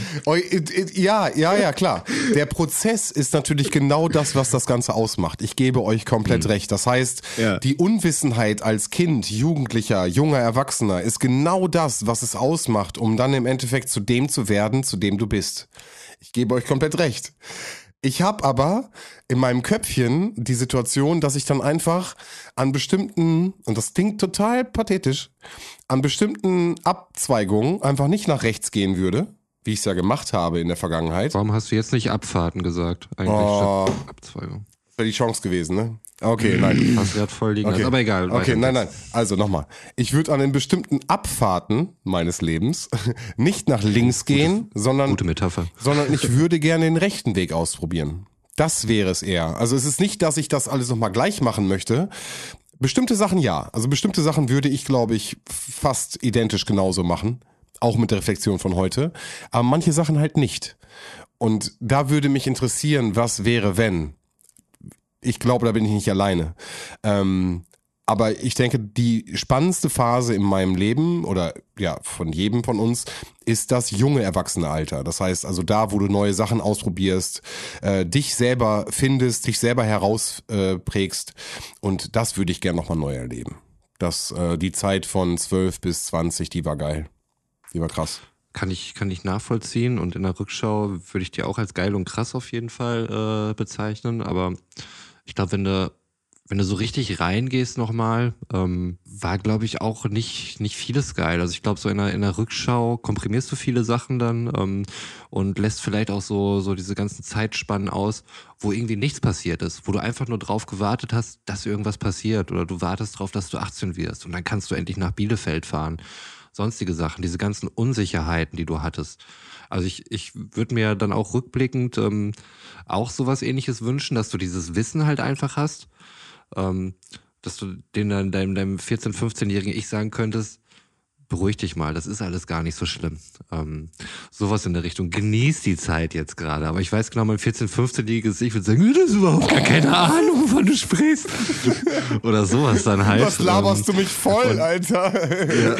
Ja, klar. Der Prozess ist natürlich genau das, was das Ganze ausmacht. Ich gebe euch komplett recht. Das heißt, die Unwissenheit als Kind, Jugendlicher, junger Erwachsener ist genau das, was es ausmacht, um dann im Endeffekt zu dem zu werden, zu dem du bist. Ich gebe euch komplett recht. Ich habe aber in meinem Köpfchen die Situation, dass ich dann einfach an bestimmten, und das klingt total pathetisch, an bestimmten Abzweigungen einfach nicht nach rechts gehen würde, wie ich es ja gemacht habe in der Vergangenheit. Warum hast du jetzt nicht Abfahrten gesagt? Eigentlich statt Abzweigung. Das wäre die Chance gewesen, ne? Okay, nein. Hast gerade voll liegen lassen, aber egal. Okay, weiter. nein. Also nochmal. Ich würde an den bestimmten Abfahrten meines Lebens nicht nach links gehen, sondern Gute Metapher. ich würde gerne den rechten Weg ausprobieren. Das wäre es eher. Also es ist nicht, dass ich das alles nochmal gleich machen möchte. Bestimmte Sachen ja. Also bestimmte Sachen würde ich, glaube ich, fast identisch genauso machen. Auch mit der Reflexion von heute. Aber manche Sachen halt nicht. Und da würde mich interessieren, was wäre, wenn. Ich glaube, da bin ich nicht alleine. Aber ich denke, die spannendste Phase in meinem Leben oder ja, von jedem von uns ist das junge Erwachsenealter. Das heißt also da, wo du neue Sachen ausprobierst, dich selber findest, dich selber herausprägst und das würde ich gerne nochmal neu erleben. Die Zeit von 12 bis 20, die war geil. Die war krass. Kann ich nachvollziehen und in der Rückschau würde ich die auch als geil und krass auf jeden Fall bezeichnen, aber ich glaube, wenn du so richtig reingehst nochmal, war, glaube ich, auch nicht vieles geil. Also ich glaube, so in der Rückschau komprimierst du viele Sachen dann und lässt vielleicht auch so diese ganzen Zeitspannen aus, wo irgendwie nichts passiert ist, wo du einfach nur drauf gewartet hast, dass irgendwas passiert oder du wartest drauf, dass du 18 wirst und dann kannst du endlich nach Bielefeld fahren. Sonstige Sachen, diese ganzen Unsicherheiten, die du hattest. Also ich würde mir dann auch rückblickend auch sowas Ähnliches wünschen, dass du dieses Wissen halt einfach hast, dass du deinem 14-, 15-jährigen Ich sagen könntest, beruhig dich mal, das ist alles gar nicht so schlimm. Sowas in der Richtung. Genieß die Zeit jetzt gerade. Aber ich weiß genau, mein 14-, 15-jähriges Ich würde sagen, du hast überhaupt gar keine Ahnung, wovon du sprichst. Oder sowas dann halt. Was laberst du mich voll, Alter?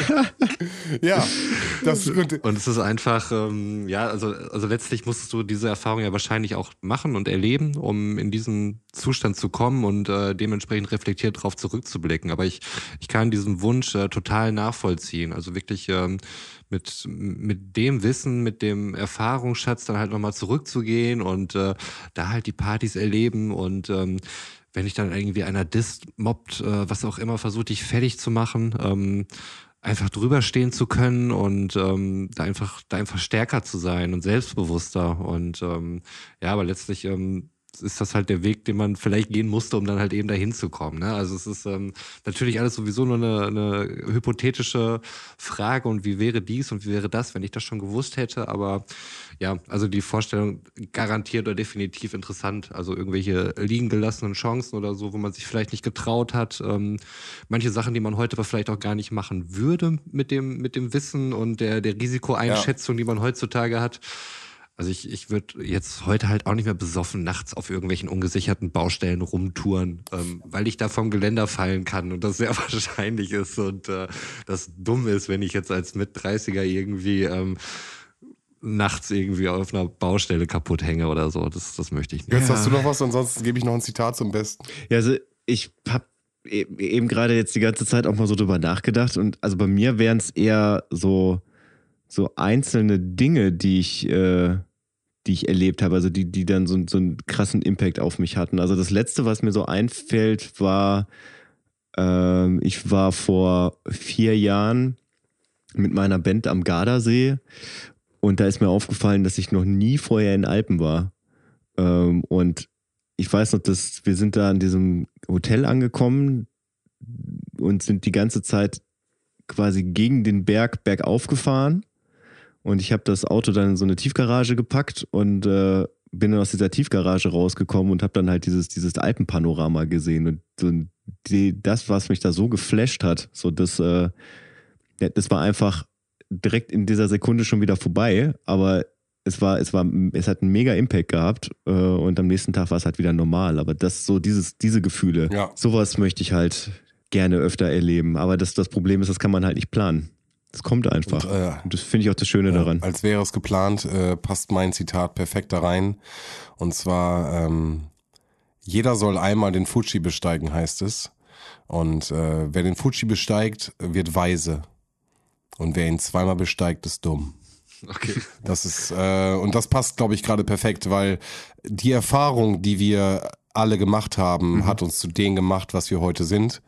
Ja, das ist gut. Und es ist einfach, also letztlich musstest du diese Erfahrung ja wahrscheinlich auch machen und erleben, um in diesen Zustand zu kommen und dementsprechend reflektiert darauf zurückzublicken. Aber ich kann diesen Wunsch total nachvollziehen. Also wirklich mit dem Wissen, mit dem Erfahrungsschatz dann halt nochmal zurückzugehen und da halt die Partys erleben und wenn dich dann irgendwie einer disst, mobbt, was auch immer, versucht dich fertig zu machen, einfach drüber stehen zu können und da einfach stärker zu sein und selbstbewusster und aber letztlich ist das halt der Weg, den man vielleicht gehen musste, um dann halt eben dahin zu kommen. Ne? Also es ist natürlich alles sowieso nur eine hypothetische Frage und wie wäre dies und wie wäre das, wenn ich das schon gewusst hätte. Aber ja, also die Vorstellung garantiert oder definitiv interessant. Also irgendwelche liegen gelassenen Chancen oder so, wo man sich vielleicht nicht getraut hat. Manche Sachen, die man heute aber vielleicht auch gar nicht machen würde mit dem Wissen und der Risikoeinschätzung, die man heutzutage hat. Also ich würde jetzt heute halt auch nicht mehr besoffen nachts auf irgendwelchen ungesicherten Baustellen rumtouren, weil ich da vom Geländer fallen kann und das sehr wahrscheinlich ist und das dumm ist, wenn ich jetzt als Mit-30er irgendwie nachts irgendwie auf einer Baustelle kaputt hänge oder so. Das möchte ich nicht. Jetzt hast du noch was, ansonsten gebe ich noch ein Zitat zum Besten. Ja, also ich habe eben gerade jetzt die ganze Zeit auch mal so drüber nachgedacht und also bei mir wären es eher so einzelne Dinge, die ich erlebt habe, also die dann so einen krassen Impact auf mich hatten. Also das Letzte, was mir so einfällt, war, ich war vor 4 Jahren mit meiner Band am Gardasee und da ist mir aufgefallen, dass ich noch nie vorher in Alpen war. Und ich weiß noch, dass wir sind da an diesem Hotel angekommen, und sind die ganze Zeit quasi gegen den Berg bergauf gefahren. Und ich habe das Auto dann in so eine Tiefgarage gepackt und bin dann aus dieser Tiefgarage rausgekommen und habe dann halt dieses Alpenpanorama gesehen. Und so das, was mich da so geflasht hat, so das war einfach direkt in dieser Sekunde schon wieder vorbei. Aber es hat einen mega Impact gehabt und am nächsten Tag war es halt wieder normal. Aber diese Gefühle, sowas möchte ich halt gerne öfter erleben. Aber das Problem ist, das kann man halt nicht planen. Das kommt einfach. Und das finde ich auch das Schöne daran. Als wäre es geplant, passt mein Zitat perfekt da rein. Und zwar, jeder soll einmal den Fuji besteigen, heißt es. Und wer den Fuji besteigt, wird weise. Und wer ihn zweimal besteigt, ist dumm. Okay. Das ist, und das passt, glaube ich, gerade perfekt, weil die Erfahrung, die wir alle gemacht haben, hat uns zu denen gemacht, was wir heute sind.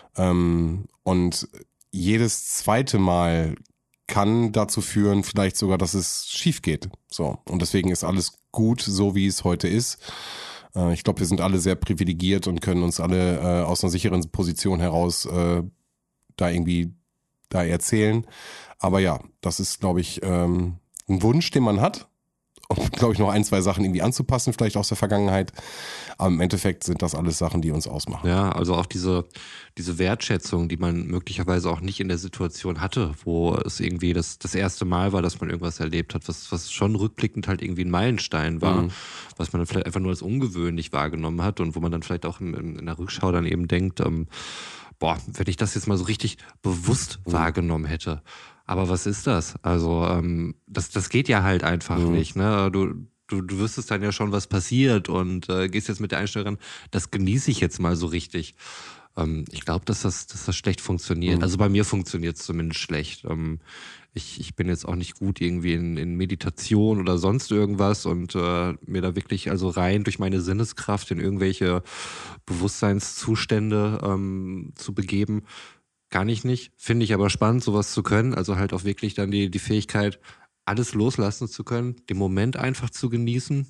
Und jedes zweite Mal kann dazu führen, vielleicht sogar, dass es schief geht. So. Und deswegen ist alles gut, so wie es heute ist. Ich glaube, wir sind alle sehr privilegiert und können uns alle aus einer sicheren Position heraus da erzählen. Aber ja, das ist, glaube ich, ein Wunsch, den man hat. Und, glaube ich, noch ein, zwei Sachen irgendwie anzupassen, vielleicht aus der Vergangenheit. Aber im Endeffekt sind das alles Sachen, die uns ausmachen. Ja, also auch diese Wertschätzung, die man möglicherweise auch nicht in der Situation hatte, wo es irgendwie das erste Mal war, dass man irgendwas erlebt hat, was schon rückblickend halt irgendwie ein Meilenstein war, was man dann vielleicht einfach nur als ungewöhnlich wahrgenommen hat und wo man dann vielleicht auch in der Rückschau dann eben denkt, wenn ich das jetzt mal so richtig bewusst wahrgenommen hätte. Aber was ist das? Also das geht ja halt einfach nicht. Ne? Du wüsstest dann ja schon, was passiert und gehst jetzt mit der Einstellung ran, das genieße ich jetzt mal so richtig. Ich glaube, dass das schlecht funktioniert. Also bei mir funktioniert es zumindest schlecht. Ich bin jetzt auch nicht gut irgendwie in Meditation oder sonst irgendwas und mir da wirklich also rein durch meine Sinneskraft in irgendwelche Bewusstseinszustände zu begeben. Kann ich nicht. Finde ich aber spannend, sowas zu können. Also halt auch wirklich dann die Fähigkeit, alles loslassen zu können, den Moment einfach zu genießen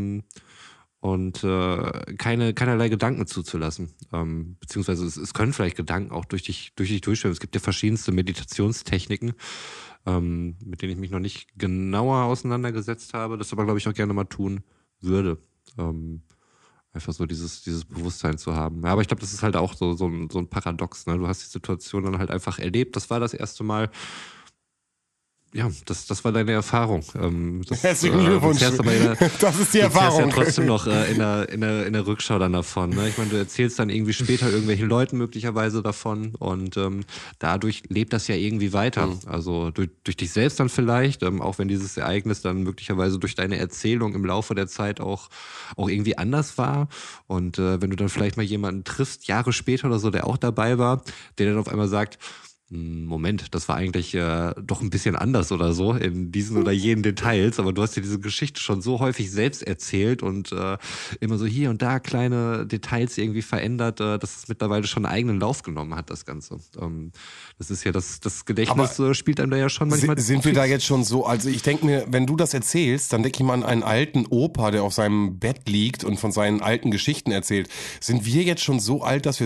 und keinerlei Gedanken zuzulassen. Beziehungsweise es können vielleicht Gedanken auch durch dich durchschwimmen. Es gibt ja verschiedenste Meditationstechniken, mit denen ich mich noch nicht genauer auseinandergesetzt habe, das aber, glaube ich, auch gerne mal tun würde. Einfach so dieses Bewusstsein zu haben. Ja, aber ich glaube, das ist halt auch so ein Paradox. Ne? Du hast die Situation dann halt einfach erlebt. Das war das erste Mal. Ja, das war deine Erfahrung. Herzlichen Glückwunsch. Das ist die Erfahrung. Du fährst ja trotzdem noch in der Rückschau dann davon. Ne? Ich meine, du erzählst dann irgendwie später irgendwelchen Leuten möglicherweise davon und dadurch lebt das ja irgendwie weiter. Also durch dich selbst dann vielleicht, auch wenn dieses Ereignis dann möglicherweise durch deine Erzählung im Laufe der Zeit auch irgendwie anders war. Und wenn du dann vielleicht mal jemanden triffst, Jahre später oder so, der auch dabei war, der dann auf einmal sagt, Moment, das war eigentlich doch ein bisschen anders oder so in diesen oder jenen Details, aber du hast dir diese Geschichte schon so häufig selbst erzählt und immer so hier und da kleine Details irgendwie verändert, dass es mittlerweile schon einen eigenen Lauf genommen hat, das Ganze. Das ist ja das Gedächtnis spielt einem da ja schon manchmal. Sind wir da jetzt schon so, also ich denke mir, wenn du das erzählst, dann denke ich mal an einen alten Opa, der auf seinem Bett liegt und von seinen alten Geschichten erzählt. Sind wir jetzt schon so alt, dass wir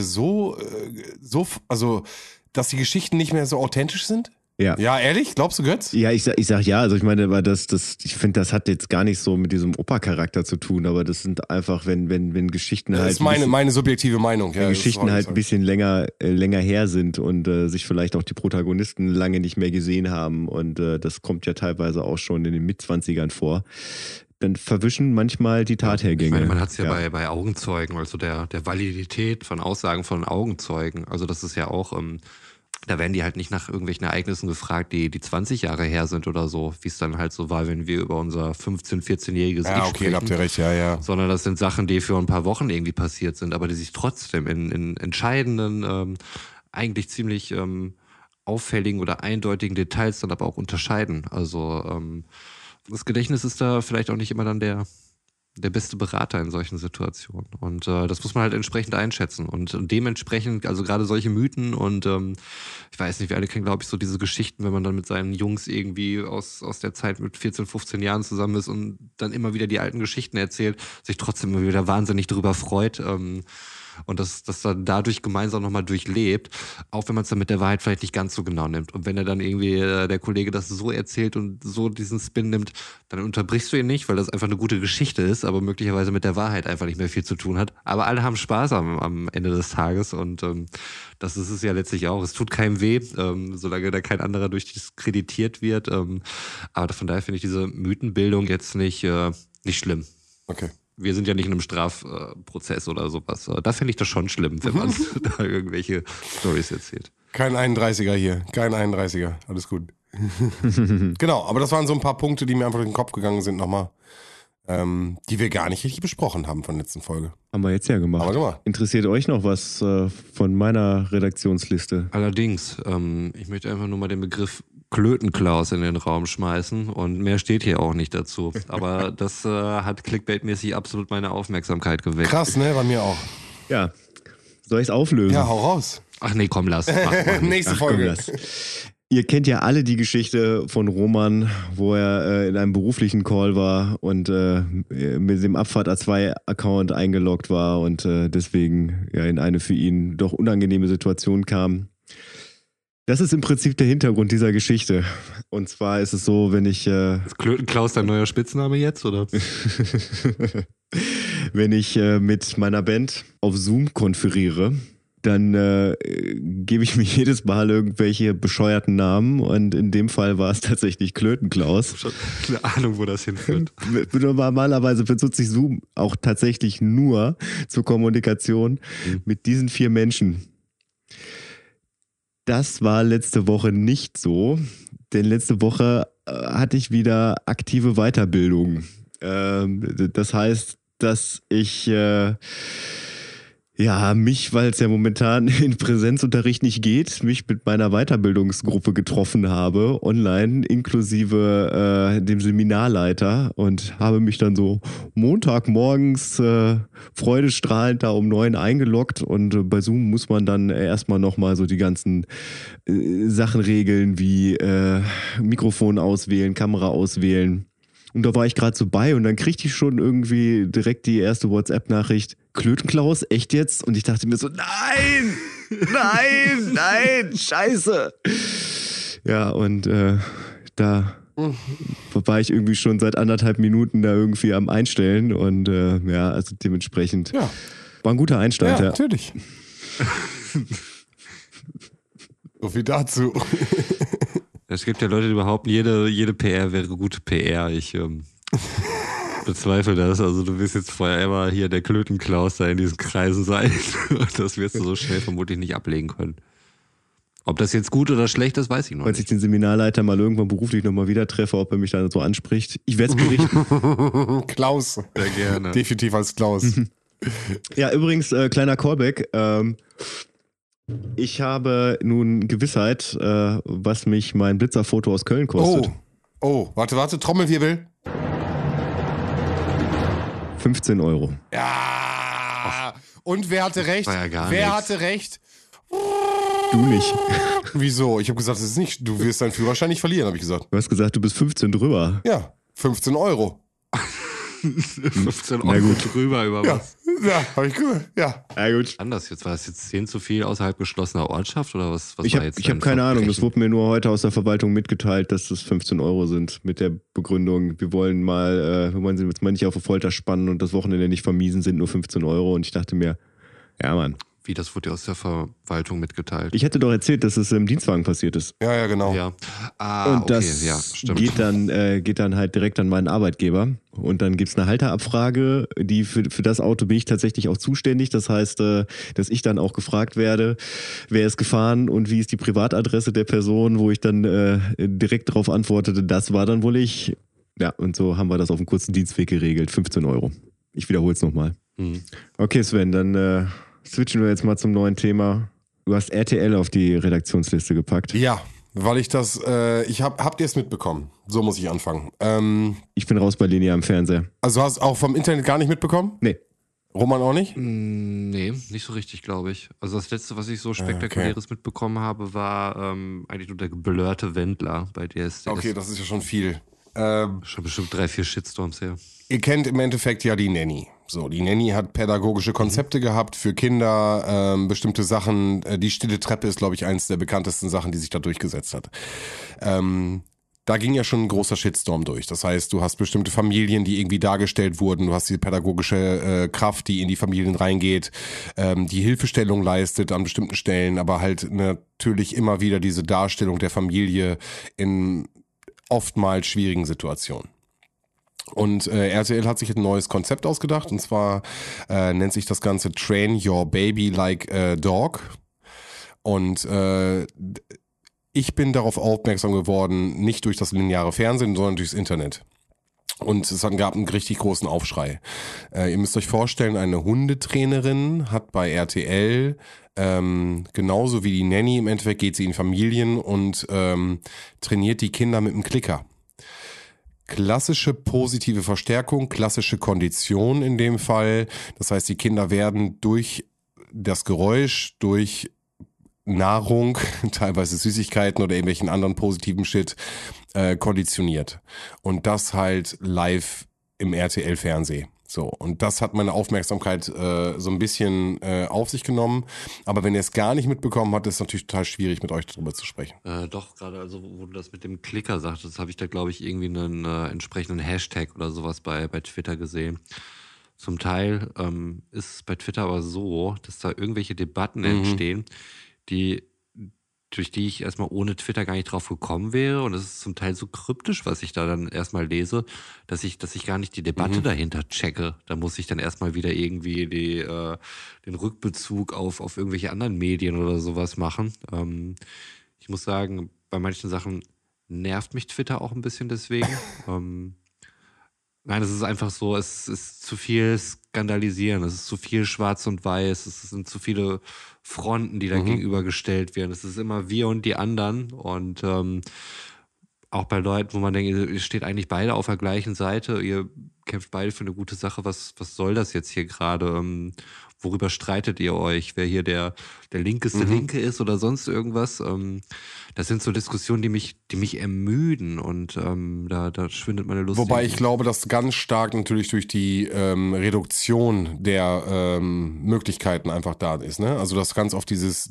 dass die Geschichten nicht mehr so authentisch sind? Ja. Ja, ehrlich? Glaubst du, Götz? Ja, ich sag ja. Also ich meine, aber ich finde, das hat jetzt gar nicht so mit diesem Opa-Charakter zu tun, aber das sind einfach, wenn Geschichten halt. Das ist meine subjektive Meinung. Ja, wenn Geschichten halt ein bisschen länger her sind und sich vielleicht auch die Protagonisten lange nicht mehr gesehen haben und das kommt ja teilweise auch schon in den Mitzwanzigern vor. Dann verwischen manchmal die Tathergänge. Ich meine, man hat es ja bei Augenzeugen, also der Validität von Aussagen von Augenzeugen. Also das ist ja auch, da werden die halt nicht nach irgendwelchen Ereignissen gefragt, die 20 Jahre her sind oder so, wie es dann halt so war, wenn wir über unser 15-, 14-jähriges Ich sprechen. Da habt ihr recht, ja. Sondern das sind Sachen, die für ein paar Wochen irgendwie passiert sind, aber die sich trotzdem in entscheidenden, eigentlich ziemlich auffälligen oder eindeutigen Details dann aber auch unterscheiden. Also das Gedächtnis ist da vielleicht auch nicht immer dann der beste Berater in solchen Situationen. Und das muss man halt entsprechend einschätzen. Und dementsprechend, also gerade solche Mythen und ich weiß nicht, wir alle kennen, glaube ich, so diese Geschichten, wenn man dann mit seinen Jungs irgendwie aus der Zeit mit 14, 15 Jahren zusammen ist und dann immer wieder die alten Geschichten erzählt, sich trotzdem immer wieder wahnsinnig drüber freut. und das dann dadurch gemeinsam nochmal durchlebt, auch wenn man es dann mit der Wahrheit vielleicht nicht ganz so genau nimmt. Und wenn er dann irgendwie der Kollege das so erzählt und so diesen Spin nimmt, dann unterbrichst du ihn nicht, weil das einfach eine gute Geschichte ist, aber möglicherweise mit der Wahrheit einfach nicht mehr viel zu tun hat. Aber alle haben Spaß am Ende des Tages und das ist es ja letztlich auch. Es tut keinem weh, solange da kein anderer durchdiskreditiert wird. Aber von daher finde ich diese Mythenbildung jetzt nicht schlimm. Okay. Wir sind ja nicht in einem Strafprozess oder sowas. Da finde ich das schon schlimm, wenn man da irgendwelche Storys erzählt. Kein 31er hier. Kein 31er. Alles gut. Genau, aber das waren so ein paar Punkte, die mir einfach durch den Kopf gegangen sind nochmal. Die wir gar nicht richtig besprochen haben von der letzten Folge. Haben wir jetzt ja gemacht. Haben wir gemacht. Interessiert euch noch was von meiner Redaktionsliste? Allerdings, ich möchte einfach nur mal den Begriff Klötenklaus in den Raum schmeißen und mehr steht hier auch nicht dazu. Aber das hat clickbait-mäßig absolut meine Aufmerksamkeit geweckt. Krass, ne? Bei mir auch. Ja. Soll ich es auflösen? Ja, hau raus. Ach nee, komm, lass. Mach mal. Nächste Folge. Ihr kennt ja alle die Geschichte von Roman, wo er in einem beruflichen Call war und mit dem Abfahrt A2-Account eingeloggt war und deswegen ja in eine für ihn doch unangenehme Situation kam. Das ist im Prinzip der Hintergrund dieser Geschichte. Und zwar ist es so, wenn ich... Ist Klötenklaus dein neuer Spitzname jetzt, oder? Wenn ich mit meiner Band auf Zoom konferiere, dann gebe ich mir jedes Mal irgendwelche bescheuerten Namen und in dem Fall war es tatsächlich Klötenklaus. Schon eine Ahnung, wo das hinführt. Normalerweise benutze ich Zoom auch tatsächlich nur zur Kommunikation mit diesen 4 Menschen. Das war letzte Woche nicht so, denn letzte Woche hatte ich wieder aktive Weiterbildung. Das heißt, dass ich mich, weil es ja momentan in Präsenzunterricht nicht geht, mich mit meiner Weiterbildungsgruppe getroffen habe, online, inklusive dem Seminarleiter und habe mich dann so Montagmorgens freudestrahlend da um 9 eingeloggt und bei Zoom muss man dann erstmal nochmal so die ganzen Sachen regeln, wie Mikrofon auswählen, Kamera auswählen. Und da war ich gerade so bei und dann kriegte ich schon irgendwie direkt die erste WhatsApp-Nachricht, Klötenklaus, echt jetzt? Und ich dachte mir so, nein, scheiße. Ja, und da war ich irgendwie schon seit 1,5 Minuten da irgendwie am Einstellen und also dementsprechend war ein guter Einstand. Ja, natürlich. So viel dazu. Es gibt ja Leute, die behaupten, jede PR wäre gute PR. Ich bezweifle das. Also du wirst jetzt forever hier der Klötenklaus da in diesen Kreisen sein. Das wirst du so schnell vermutlich nicht ablegen können. Ob das jetzt gut oder schlecht ist, weiß ich noch Falls nicht. ich den Seminarleiter mal irgendwann beruflich nochmal wieder treffe, ob er mich dann so anspricht. Ich werde es berichten. Klaus. Sehr gerne. Definitiv als Klaus. Ja, übrigens, kleiner Callback. Ich habe nun Gewissheit, was mich mein Blitzerfoto aus Köln kostet. Oh, warte, Trommelwirbel. 15 €. Ja. Und wer hatte recht? war ja gar Wer nichts. hatte recht? Du nicht. Wieso? Ich habe gesagt, das ist nicht. Du wirst deinen Führerschein nicht verlieren, habe ich gesagt. Du hast gesagt, du bist 15 drüber. Ja, 15 €. 15 Na € gut. drüber über Ja, was? ja, habe ich gehört. Ja. Ja gut. Anders jetzt. War das jetzt 10 zu viel außerhalb geschlossener Ortschaft oder was Ich war habe jetzt hab dein keine Ahnung, das Verbrechen? wurde mir nur heute aus der Verwaltung mitgeteilt, dass das 15 € sind. Mit der Begründung, wir wollen sie jetzt mal nicht auf die Folter spannen und das Wochenende nicht vermiesen, sind nur 15 €. Und ich dachte mir, ja Mann. Wie, das wurde dir aus der Verwaltung mitgeteilt? Ich hätte doch erzählt, dass es im Dienstwagen passiert ist. Ja, genau. Ja. Und Okay, das ja, stimmt. geht dann halt direkt an meinen Arbeitgeber. Und dann gibt's eine Halterabfrage, die für das Auto bin ich tatsächlich auch zuständig. Das heißt, dass ich dann auch gefragt werde, wer ist gefahren und wie ist die Privatadresse der Person, wo ich dann direkt darauf antwortete, das war dann wohl ich. Ja, und so haben wir das auf einem kurzen Dienstweg geregelt. 15 €. Ich wiederhole es nochmal. Okay, Sven, dann switchen wir jetzt mal zum neuen Thema. Du hast RTL auf die Redaktionsliste gepackt. Ja, weil ich das, habt ihr es mitbekommen? So muss ich anfangen. Ich bin raus bei linearem Fernseher. Also hast du auch vom Internet gar nicht mitbekommen? Nee. Roman auch nicht? Nee, nicht so richtig, glaube ich. Also das Letzte, was ich so Spektakuläres mitbekommen habe, war eigentlich nur der geblurrte Wendler bei DSDS. Okay, das ist ja schon viel. Schon bestimmt 3-4 Shitstorms her. Ihr kennt im Endeffekt ja die Nanny. So, die Nanny hat pädagogische Konzepte gehabt für Kinder, bestimmte Sachen. Die stille Treppe ist, glaube ich, eins der bekanntesten Sachen, die sich da durchgesetzt hat. Da ging ja schon ein großer Shitstorm durch. Das heißt, du hast bestimmte Familien, die irgendwie dargestellt wurden. Du hast die pädagogische Kraft, die in die Familien reingeht, die Hilfestellung leistet an bestimmten Stellen, aber halt natürlich immer wieder diese Darstellung der Familie in oftmals schwierigen Situationen. Und RTL hat sich ein neues Konzept ausgedacht, und zwar nennt sich das Ganze Train Your Baby Like a Dog. Und ich bin darauf aufmerksam geworden, nicht durch das lineare Fernsehen, sondern durchs Internet. Und es gab einen richtig großen Aufschrei. Ihr müsst euch vorstellen, eine Hundetrainerin hat bei RTL, genauso wie die Nanny im Endeffekt, geht sie in Familien und trainiert die Kinder mit einem Klicker. Klassische positive Verstärkung, klassische Kondition in dem Fall. Das heißt, die Kinder werden durch das Geräusch, durch Nahrung, teilweise Süßigkeiten oder irgendwelchen anderen positiven Shit konditioniert. Und das halt live im RTL-Fernsehen. So, und das hat meine Aufmerksamkeit so ein bisschen auf sich genommen. Aber wenn ihr es gar nicht mitbekommen habt, ist es natürlich total schwierig, mit euch darüber zu sprechen. Doch, gerade also, wo du das mit dem Klicker sagtest, habe ich da, glaube ich, irgendwie einen entsprechenden Hashtag oder sowas bei Twitter gesehen. Zum Teil ist es bei Twitter aber so, dass da irgendwelche Debatten entstehen, durch die ich erstmal ohne Twitter gar nicht drauf gekommen wäre. Und es ist zum Teil so kryptisch, was ich da dann erstmal lese, dass ich gar nicht die Debatte dahinter checke. Da muss ich dann erstmal wieder irgendwie den Rückbezug auf irgendwelche anderen Medien oder sowas machen. Ich muss sagen, bei manchen Sachen nervt mich Twitter auch ein bisschen deswegen. Nein, es ist einfach so, es ist zu viel Skandalisieren, es ist zu viel Schwarz und Weiß, es sind zu viele Fronten, die da gegenübergestellt werden. Es ist immer wir und die anderen, und auch bei Leuten, wo man denkt, ihr steht eigentlich beide auf der gleichen Seite, ihr kämpft beide für eine gute Sache, was soll das jetzt hier gerade? Worüber streitet ihr euch? Wer hier der linkeste Linke ist oder sonst irgendwas? Das sind so Diskussionen, die mich ermüden, und da schwindet meine Lust. Wobei ich glaube, dass ganz stark natürlich durch die Reduktion der Möglichkeiten einfach da ist, ne? Also dass ganz oft dieses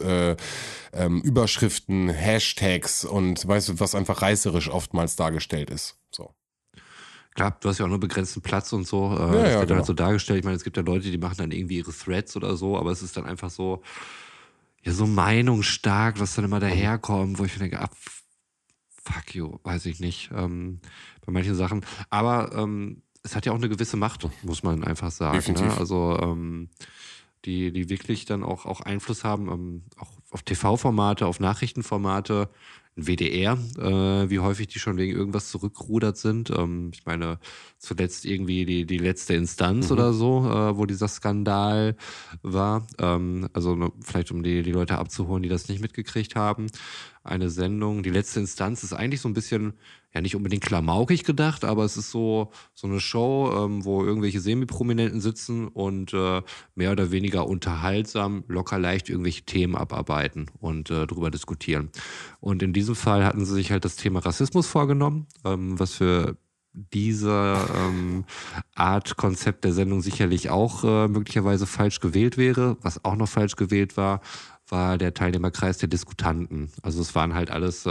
Überschriften, Hashtags und weißt du, was einfach reißerisch oftmals dargestellt ist. So. Klar, du hast ja auch nur begrenzten Platz und so. Das wird dann halt so dargestellt. Ich meine, es gibt ja Leute, die machen dann irgendwie ihre Threads oder so, aber es ist dann einfach so, ja, so meinungsstark, was dann immer daherkommt, wo ich mir denke, fuck you, weiß ich nicht. Bei manchen Sachen. Aber es hat ja auch eine gewisse Macht, muss man einfach sagen. Ne? Also die wirklich dann auch Einfluss haben, auch auf TV-Formate, auf Nachrichtenformate. Ein WDR, wie häufig die schon wegen irgendwas zurückgerudert sind. Ich meine, zuletzt irgendwie die letzte Instanz oder so, wo dieser Skandal war. Also vielleicht um die Leute abzuholen, die das nicht mitgekriegt haben. Eine Sendung, die letzte Instanz ist eigentlich so ein bisschen, ja nicht unbedingt klamaukig gedacht, aber es ist so eine Show, wo irgendwelche Semi-Prominenten sitzen und mehr oder weniger unterhaltsam, locker leicht irgendwelche Themen abarbeiten und drüber diskutieren. Und in diesem Fall hatten sie sich halt das Thema Rassismus vorgenommen, was für diese Art Konzept der Sendung sicherlich auch möglicherweise falsch gewählt wäre. Was auch noch falsch gewählt war der Teilnehmerkreis der Diskutanten. Also es waren halt alles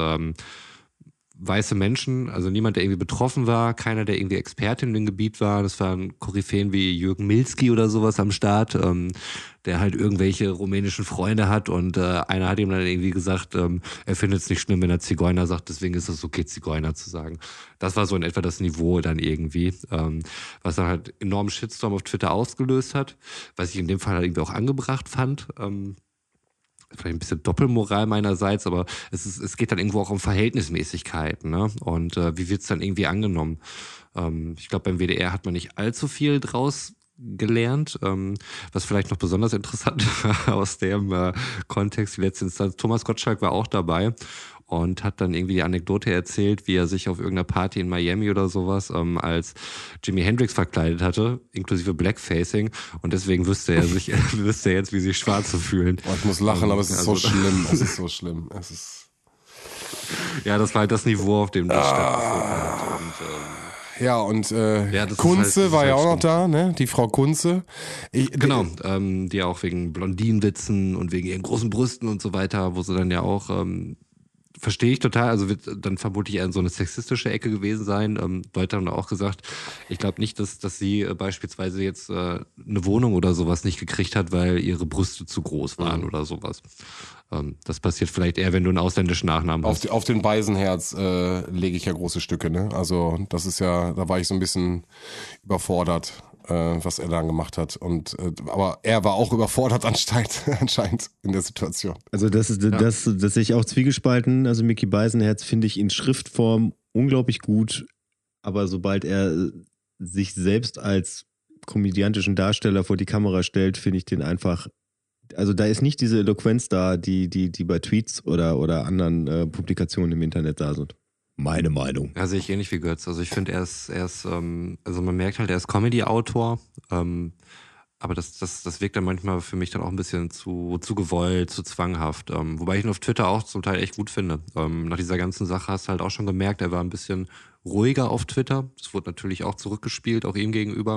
weiße Menschen, also niemand, der irgendwie betroffen war, keiner, der irgendwie Experte in dem Gebiet war. Das waren Koryphäen wie Jürgen Milski oder sowas am Start, der halt irgendwelche rumänischen Freunde hat, und einer hat ihm dann irgendwie gesagt, er findet es nicht schlimm, wenn er Zigeuner sagt, deswegen ist es okay, Zigeuner zu sagen. Das war so in etwa das Niveau dann irgendwie, was dann halt enormen Shitstorm auf Twitter ausgelöst hat, was ich in dem Fall halt irgendwie auch angebracht fand. Vielleicht ein bisschen Doppelmoral meinerseits, aber es geht dann irgendwo auch um Verhältnismäßigkeiten, ne? Und wie wird es dann irgendwie angenommen? Ich glaube, beim WDR hat man nicht allzu viel draus gelernt. Was vielleicht noch besonders interessant war aus dem Kontext, die letzte Instanz, Thomas Gottschalk war auch dabei und hat dann irgendwie die Anekdote erzählt, wie er sich auf irgendeiner Party in Miami oder sowas als Jimi Hendrix verkleidet hatte, inklusive Blackfacing, und deswegen wüsste er jetzt, wie sich Schwarze fühlen. Oh, ich muss lachen, aber es ist so schlimm. Es ist so schlimm. Es ist ja, das war halt das Niveau, auf dem das stattgefunden hat. Und Ja, und das Kunze ist war halt ja auch noch stimmt. da, ne? Die Frau Kunze. Genau, die auch wegen Blondinenwitzen und wegen ihren großen Brüsten und so weiter, wo sie dann ja auch, verstehe ich total, also wird dann vermutlich eher in so eine sexistische Ecke gewesen sein. Leute haben auch gesagt, ich glaube nicht, dass sie beispielsweise jetzt eine Wohnung oder sowas nicht gekriegt hat, weil ihre Brüste zu groß waren oder sowas. Das passiert vielleicht eher, wenn du einen ausländischen Nachnamen hast. Auf den Beisenherz lege ich ja große Stücke, ne? Also das ist ja, da war ich so ein bisschen überfordert, was er dann gemacht hat. Und aber er war auch überfordert anscheinend in der Situation. Also das sehe ich auch zwiegespalten. Also Mickey Beisenherz finde ich in Schriftform unglaublich gut, aber sobald er sich selbst als komödiantischen Darsteller vor die Kamera stellt, finde ich den einfach, also da ist nicht diese Eloquenz da, die bei Tweets oder anderen Publikationen im Internet da sind. Meine Meinung. Ja, sehe ich ähnlich wie Götz. Also ich finde, er ist also man merkt halt, er ist Comedy-Autor, aber das wirkt dann manchmal für mich dann auch ein bisschen zu gewollt, zu zwanghaft. Wobei ich ihn auf Twitter auch zum Teil echt gut finde. Nach dieser ganzen Sache hast du halt auch schon gemerkt, er war ein bisschen ruhiger auf Twitter. Das wurde natürlich auch zurückgespielt, auch ihm gegenüber.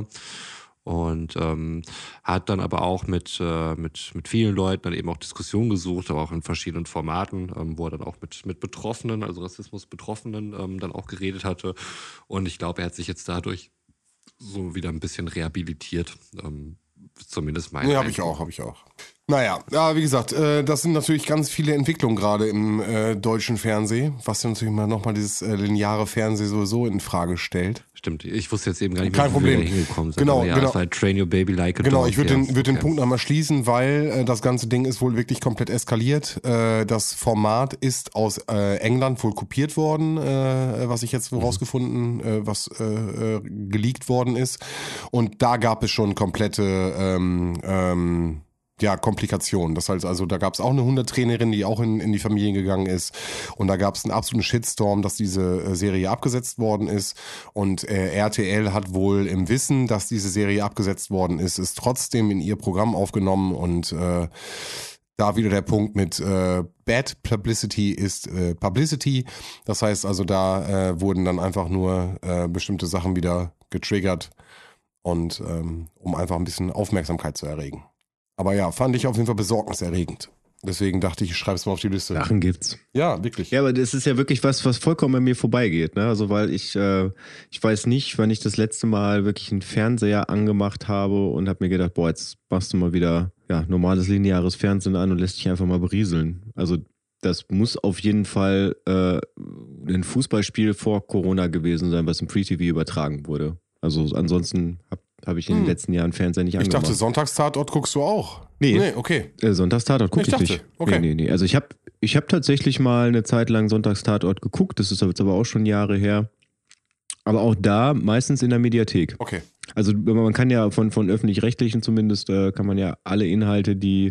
Und hat dann aber auch mit vielen Leuten dann eben auch Diskussionen gesucht, aber auch in verschiedenen Formaten, wo er dann auch mit Betroffenen, also Rassismus-Betroffenen, dann auch geredet hatte. Und ich glaube, er hat sich jetzt dadurch so wieder ein bisschen rehabilitiert. Zumindest mein Ja, habe ich auch. Naja, ja, wie gesagt, das sind natürlich ganz viele Entwicklungen gerade im deutschen Fernsehen, was ja natürlich nochmal dieses lineare Fernsehen sowieso in Frage stellt. Stimmt, ich wusste jetzt eben gar nicht Kein mehr, wie wir Problem. da hingekommen sind. Genau, aber ja, genau. es war halt Train Your Baby Like a Genau, Dog. ich würde ja. den Punkt einmal schließen, weil das ganze Ding ist wohl wirklich komplett eskaliert. Das Format ist aus England wohl kopiert worden, was ich jetzt rausgefunden, was geleakt worden ist. Und da gab es schon komplette Komplikationen. Das heißt also, da gab es auch eine Hundetrainerin, die auch in die Familien gegangen ist. Und da gab es einen absoluten Shitstorm, dass diese Serie abgesetzt worden ist. Und RTL hat wohl im Wissen, dass diese Serie abgesetzt worden ist, es trotzdem in ihr Programm aufgenommen. Und da wieder der Punkt mit Bad Publicity ist Publicity. Das heißt also, da wurden dann einfach nur bestimmte Sachen wieder getriggert und um einfach ein bisschen Aufmerksamkeit zu erregen. Aber ja, fand ich auf jeden Fall besorgniserregend. Deswegen dachte ich schreibe es mal auf die Liste. Sachen gibt's. Ja, wirklich. Ja, aber das ist ja wirklich was vollkommen an mir vorbeigeht, ne? Also weil ich weiß nicht, wann ich das letzte Mal wirklich einen Fernseher angemacht habe und habe mir gedacht, boah, jetzt machst du mal wieder normales lineares Fernsehen an und lässt dich einfach mal berieseln. Also das muss auf jeden Fall ein Fußballspiel vor Corona gewesen sein, was im Free-TV übertragen wurde. Also ansonsten habe ich in den letzten Jahren Fernseher nicht Ich angemacht. dachte, Sonntagstatort guckst du auch. Nee, okay. Sonntagstatort gucke Ich ich dachte, nicht. okay. Nee. Also ich hab tatsächlich mal eine Zeit lang Sonntagstatort geguckt, das ist jetzt aber auch schon Jahre her. Aber auch da meistens in der Mediathek. Okay. Also man kann ja von Öffentlich-Rechtlichen zumindest, kann man ja alle Inhalte, die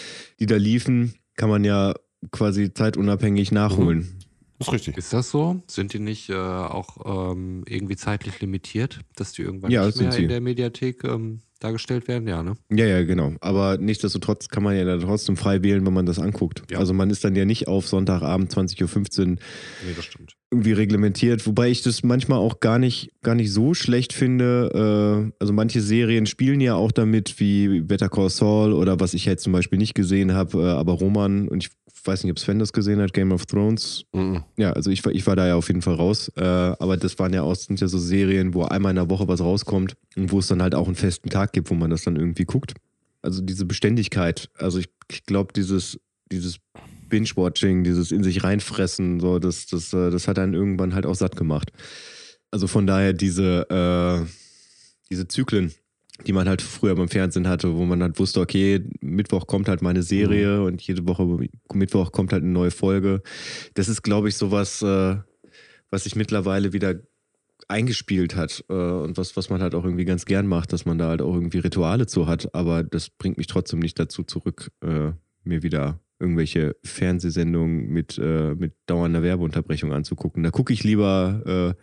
da liefen, kann man ja quasi zeitunabhängig nachholen. Das ist richtig. Ist das so? Sind die nicht auch irgendwie zeitlich limitiert, dass die irgendwann Ja, nicht mehr sind sie. in der Mediathek dargestellt werden? Ja, ne? Ja, genau. Aber nichtsdestotrotz kann man ja da trotzdem frei wählen, wenn man das anguckt. Ja. Also man ist dann ja nicht auf Sonntagabend 20.15 Uhr Nee, das stimmt. irgendwie reglementiert, wobei ich das manchmal auch gar nicht so schlecht finde. Also manche Serien spielen ja auch damit, wie Better Call Saul oder was ich jetzt zum Beispiel nicht gesehen habe, aber Roman, und ich weiß nicht, ob Sven das gesehen hat, Game of Thrones. Mhm. Ja, also ich war da ja auf jeden Fall raus, aber das sind ja so Serien, wo einmal in der Woche was rauskommt und wo es dann halt auch einen festen Tag gibt, wo man das dann irgendwie guckt. Also diese Beständigkeit, also ich glaube, dieses Binge-Watching, dieses in sich reinfressen, so, das hat einen irgendwann halt auch satt gemacht. Also von daher diese Zyklen, die man halt früher beim Fernsehen hatte, wo man halt wusste, okay, Mittwoch kommt halt meine Serie und jede Woche Mittwoch kommt halt eine neue Folge. Das ist, glaube ich, sowas, was sich mittlerweile wieder eingespielt hat und was man halt auch irgendwie ganz gern macht, dass man da halt auch irgendwie Rituale zu hat, aber das bringt mich trotzdem nicht dazu zurück, mir wieder irgendwelche Fernsehsendungen mit dauernder Werbeunterbrechung anzugucken. Da gucke ich lieber,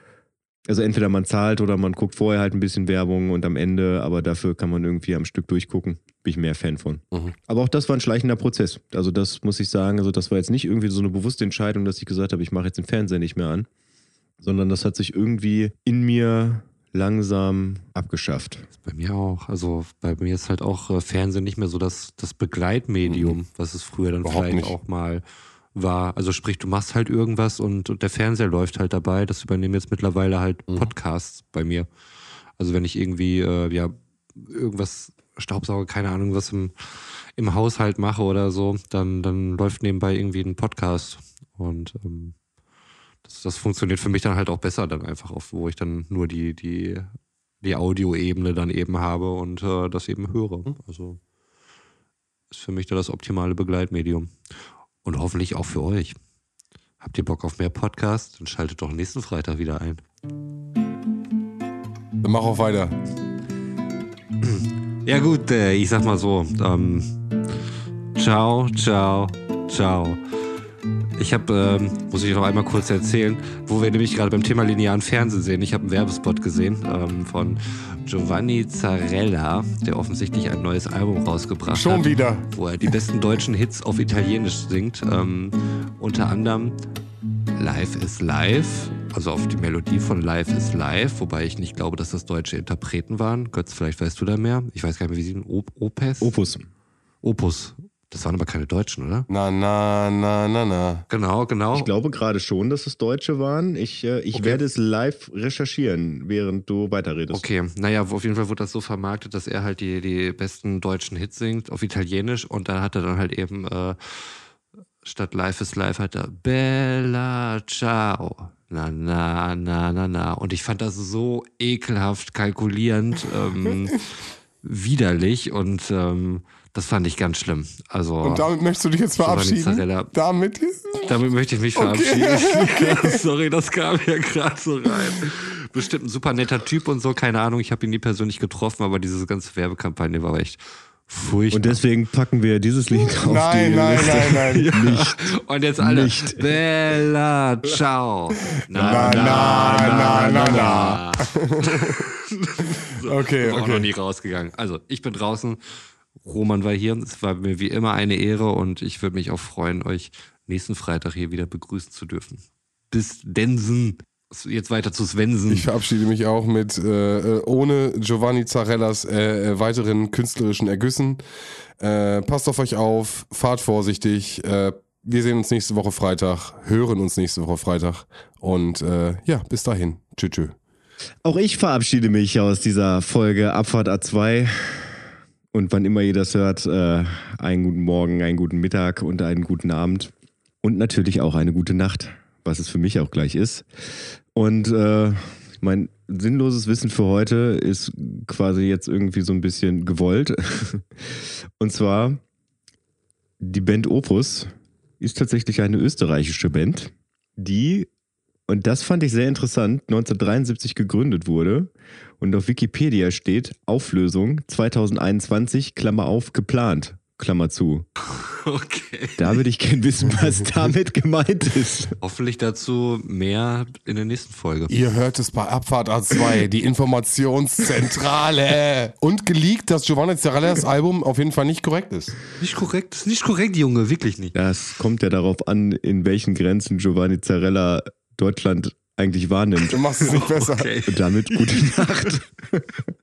also entweder man zahlt oder man guckt vorher halt ein bisschen Werbung und am Ende, aber dafür kann man irgendwie am Stück durchgucken. Bin ich mehr Fan von. Mhm. Aber auch das war ein schleichender Prozess. Also das muss ich sagen, also das war jetzt nicht irgendwie so eine bewusste Entscheidung, dass ich gesagt habe, ich mache jetzt den Fernseher nicht mehr an, sondern das hat sich irgendwie in mir langsam abgeschafft. Bei mir auch. Also bei mir ist halt auch Fernsehen nicht mehr so das Begleitmedium, was es früher dann Überhaupt vielleicht nicht. auch mal war. Also sprich, du machst halt irgendwas und der Fernseher läuft halt dabei. Das übernehmen jetzt mittlerweile halt Podcasts bei mir. Also wenn ich irgendwie irgendwas staubsauge, keine Ahnung, was im Haushalt mache oder so, dann läuft nebenbei irgendwie ein Podcast. Und das funktioniert für mich dann halt auch besser dann einfach auf, wo ich dann nur die Audioebene dann eben habe und das eben höre. Also ist für mich da das optimale Begleitmedium. Und hoffentlich auch für euch. Habt ihr Bock auf mehr Podcasts? Dann schaltet doch nächsten Freitag wieder ein. Dann mach auch weiter. Ja gut, ich sag mal so. Ciao, ciao, ciao. Ich habe, muss ich noch einmal kurz erzählen, wo wir nämlich gerade beim Thema linearen Fernsehen sehen. Ich habe einen Werbespot gesehen von Giovanni Zarella, der offensichtlich ein neues Album rausgebracht Schon hat. wieder. Wo er die besten deutschen Hits auf Italienisch singt. Unter anderem Life is Life, also auf die Melodie von Life is Life, wobei ich nicht glaube, dass das deutsche Interpreten waren. Götz, vielleicht weißt du da mehr. Ich weiß gar nicht mehr, wie sie sind. Opus. Das waren aber keine Deutschen, oder? Na. Genau. Ich glaube gerade schon, dass es Deutsche waren. Ich werde es live recherchieren, während du weiterredest. Okay, naja, auf jeden Fall wurde das so vermarktet, dass er halt die besten deutschen Hits singt auf Italienisch und dann hat er dann halt eben statt Life is Life hat er Bella Ciao. Na. Und ich fand das so ekelhaft kalkulierend, widerlich und das fand ich ganz schlimm. Also, Und damit möchtest du dich jetzt Giovanni verabschieden? Zarella. Damit? Damit möchte ich mich verabschieden. Sorry, das kam ja gerade so rein. Bestimmt ein super netter Typ und so, keine Ahnung. Ich habe ihn nie persönlich getroffen, aber diese ganze Werbekampagne war echt furchtbar. Und deswegen packen wir dieses Lied auf Nein. Ja. Nicht. Und jetzt alle. Nicht. Bella, ciao. Na. Okay. Auch noch nie rausgegangen. Also, ich bin draußen. Roman war hier. Es war mir wie immer eine Ehre und ich würde mich auch freuen, euch nächsten Freitag hier wieder begrüßen zu dürfen. Bis Densen. Jetzt weiter zu Svensen. Ich verabschiede mich auch mit ohne Giovanni Zarellas weiteren künstlerischen Ergüssen. Passt auf euch auf, fahrt vorsichtig. Wir sehen uns nächste Woche Freitag, hören uns nächste Woche Freitag und bis dahin. Tschüss. Auch ich verabschiede mich aus dieser Folge Abfahrt A2. Und wann immer ihr das hört, einen guten Morgen, einen guten Mittag und einen guten Abend. Und natürlich auch eine gute Nacht, was es für mich auch gleich ist. Und mein sinnloses Wissen für heute ist quasi jetzt irgendwie so ein bisschen gewollt. Und zwar, die Band Opus ist tatsächlich eine österreichische Band, die, und das fand ich sehr interessant, 1973 gegründet wurde und auf Wikipedia steht, Auflösung 2021, Klammer auf, geplant, Klammer zu. Okay. Da würde ich gerne wissen, was damit gemeint ist. Hoffentlich dazu mehr in der nächsten Folge. Ihr hört es bei Abfahrt A2, die Informationszentrale. Und geleakt, dass Giovanni Zarellas Album auf jeden Fall nicht korrekt ist. Nicht korrekt, das ist nicht korrekt, Junge, wirklich nicht. Das kommt ja darauf an, in welchen Grenzen Giovanni Zarella Deutschland eigentlich wahrnimmt. Du machst es nicht besser. Okay. Und damit gute Nacht.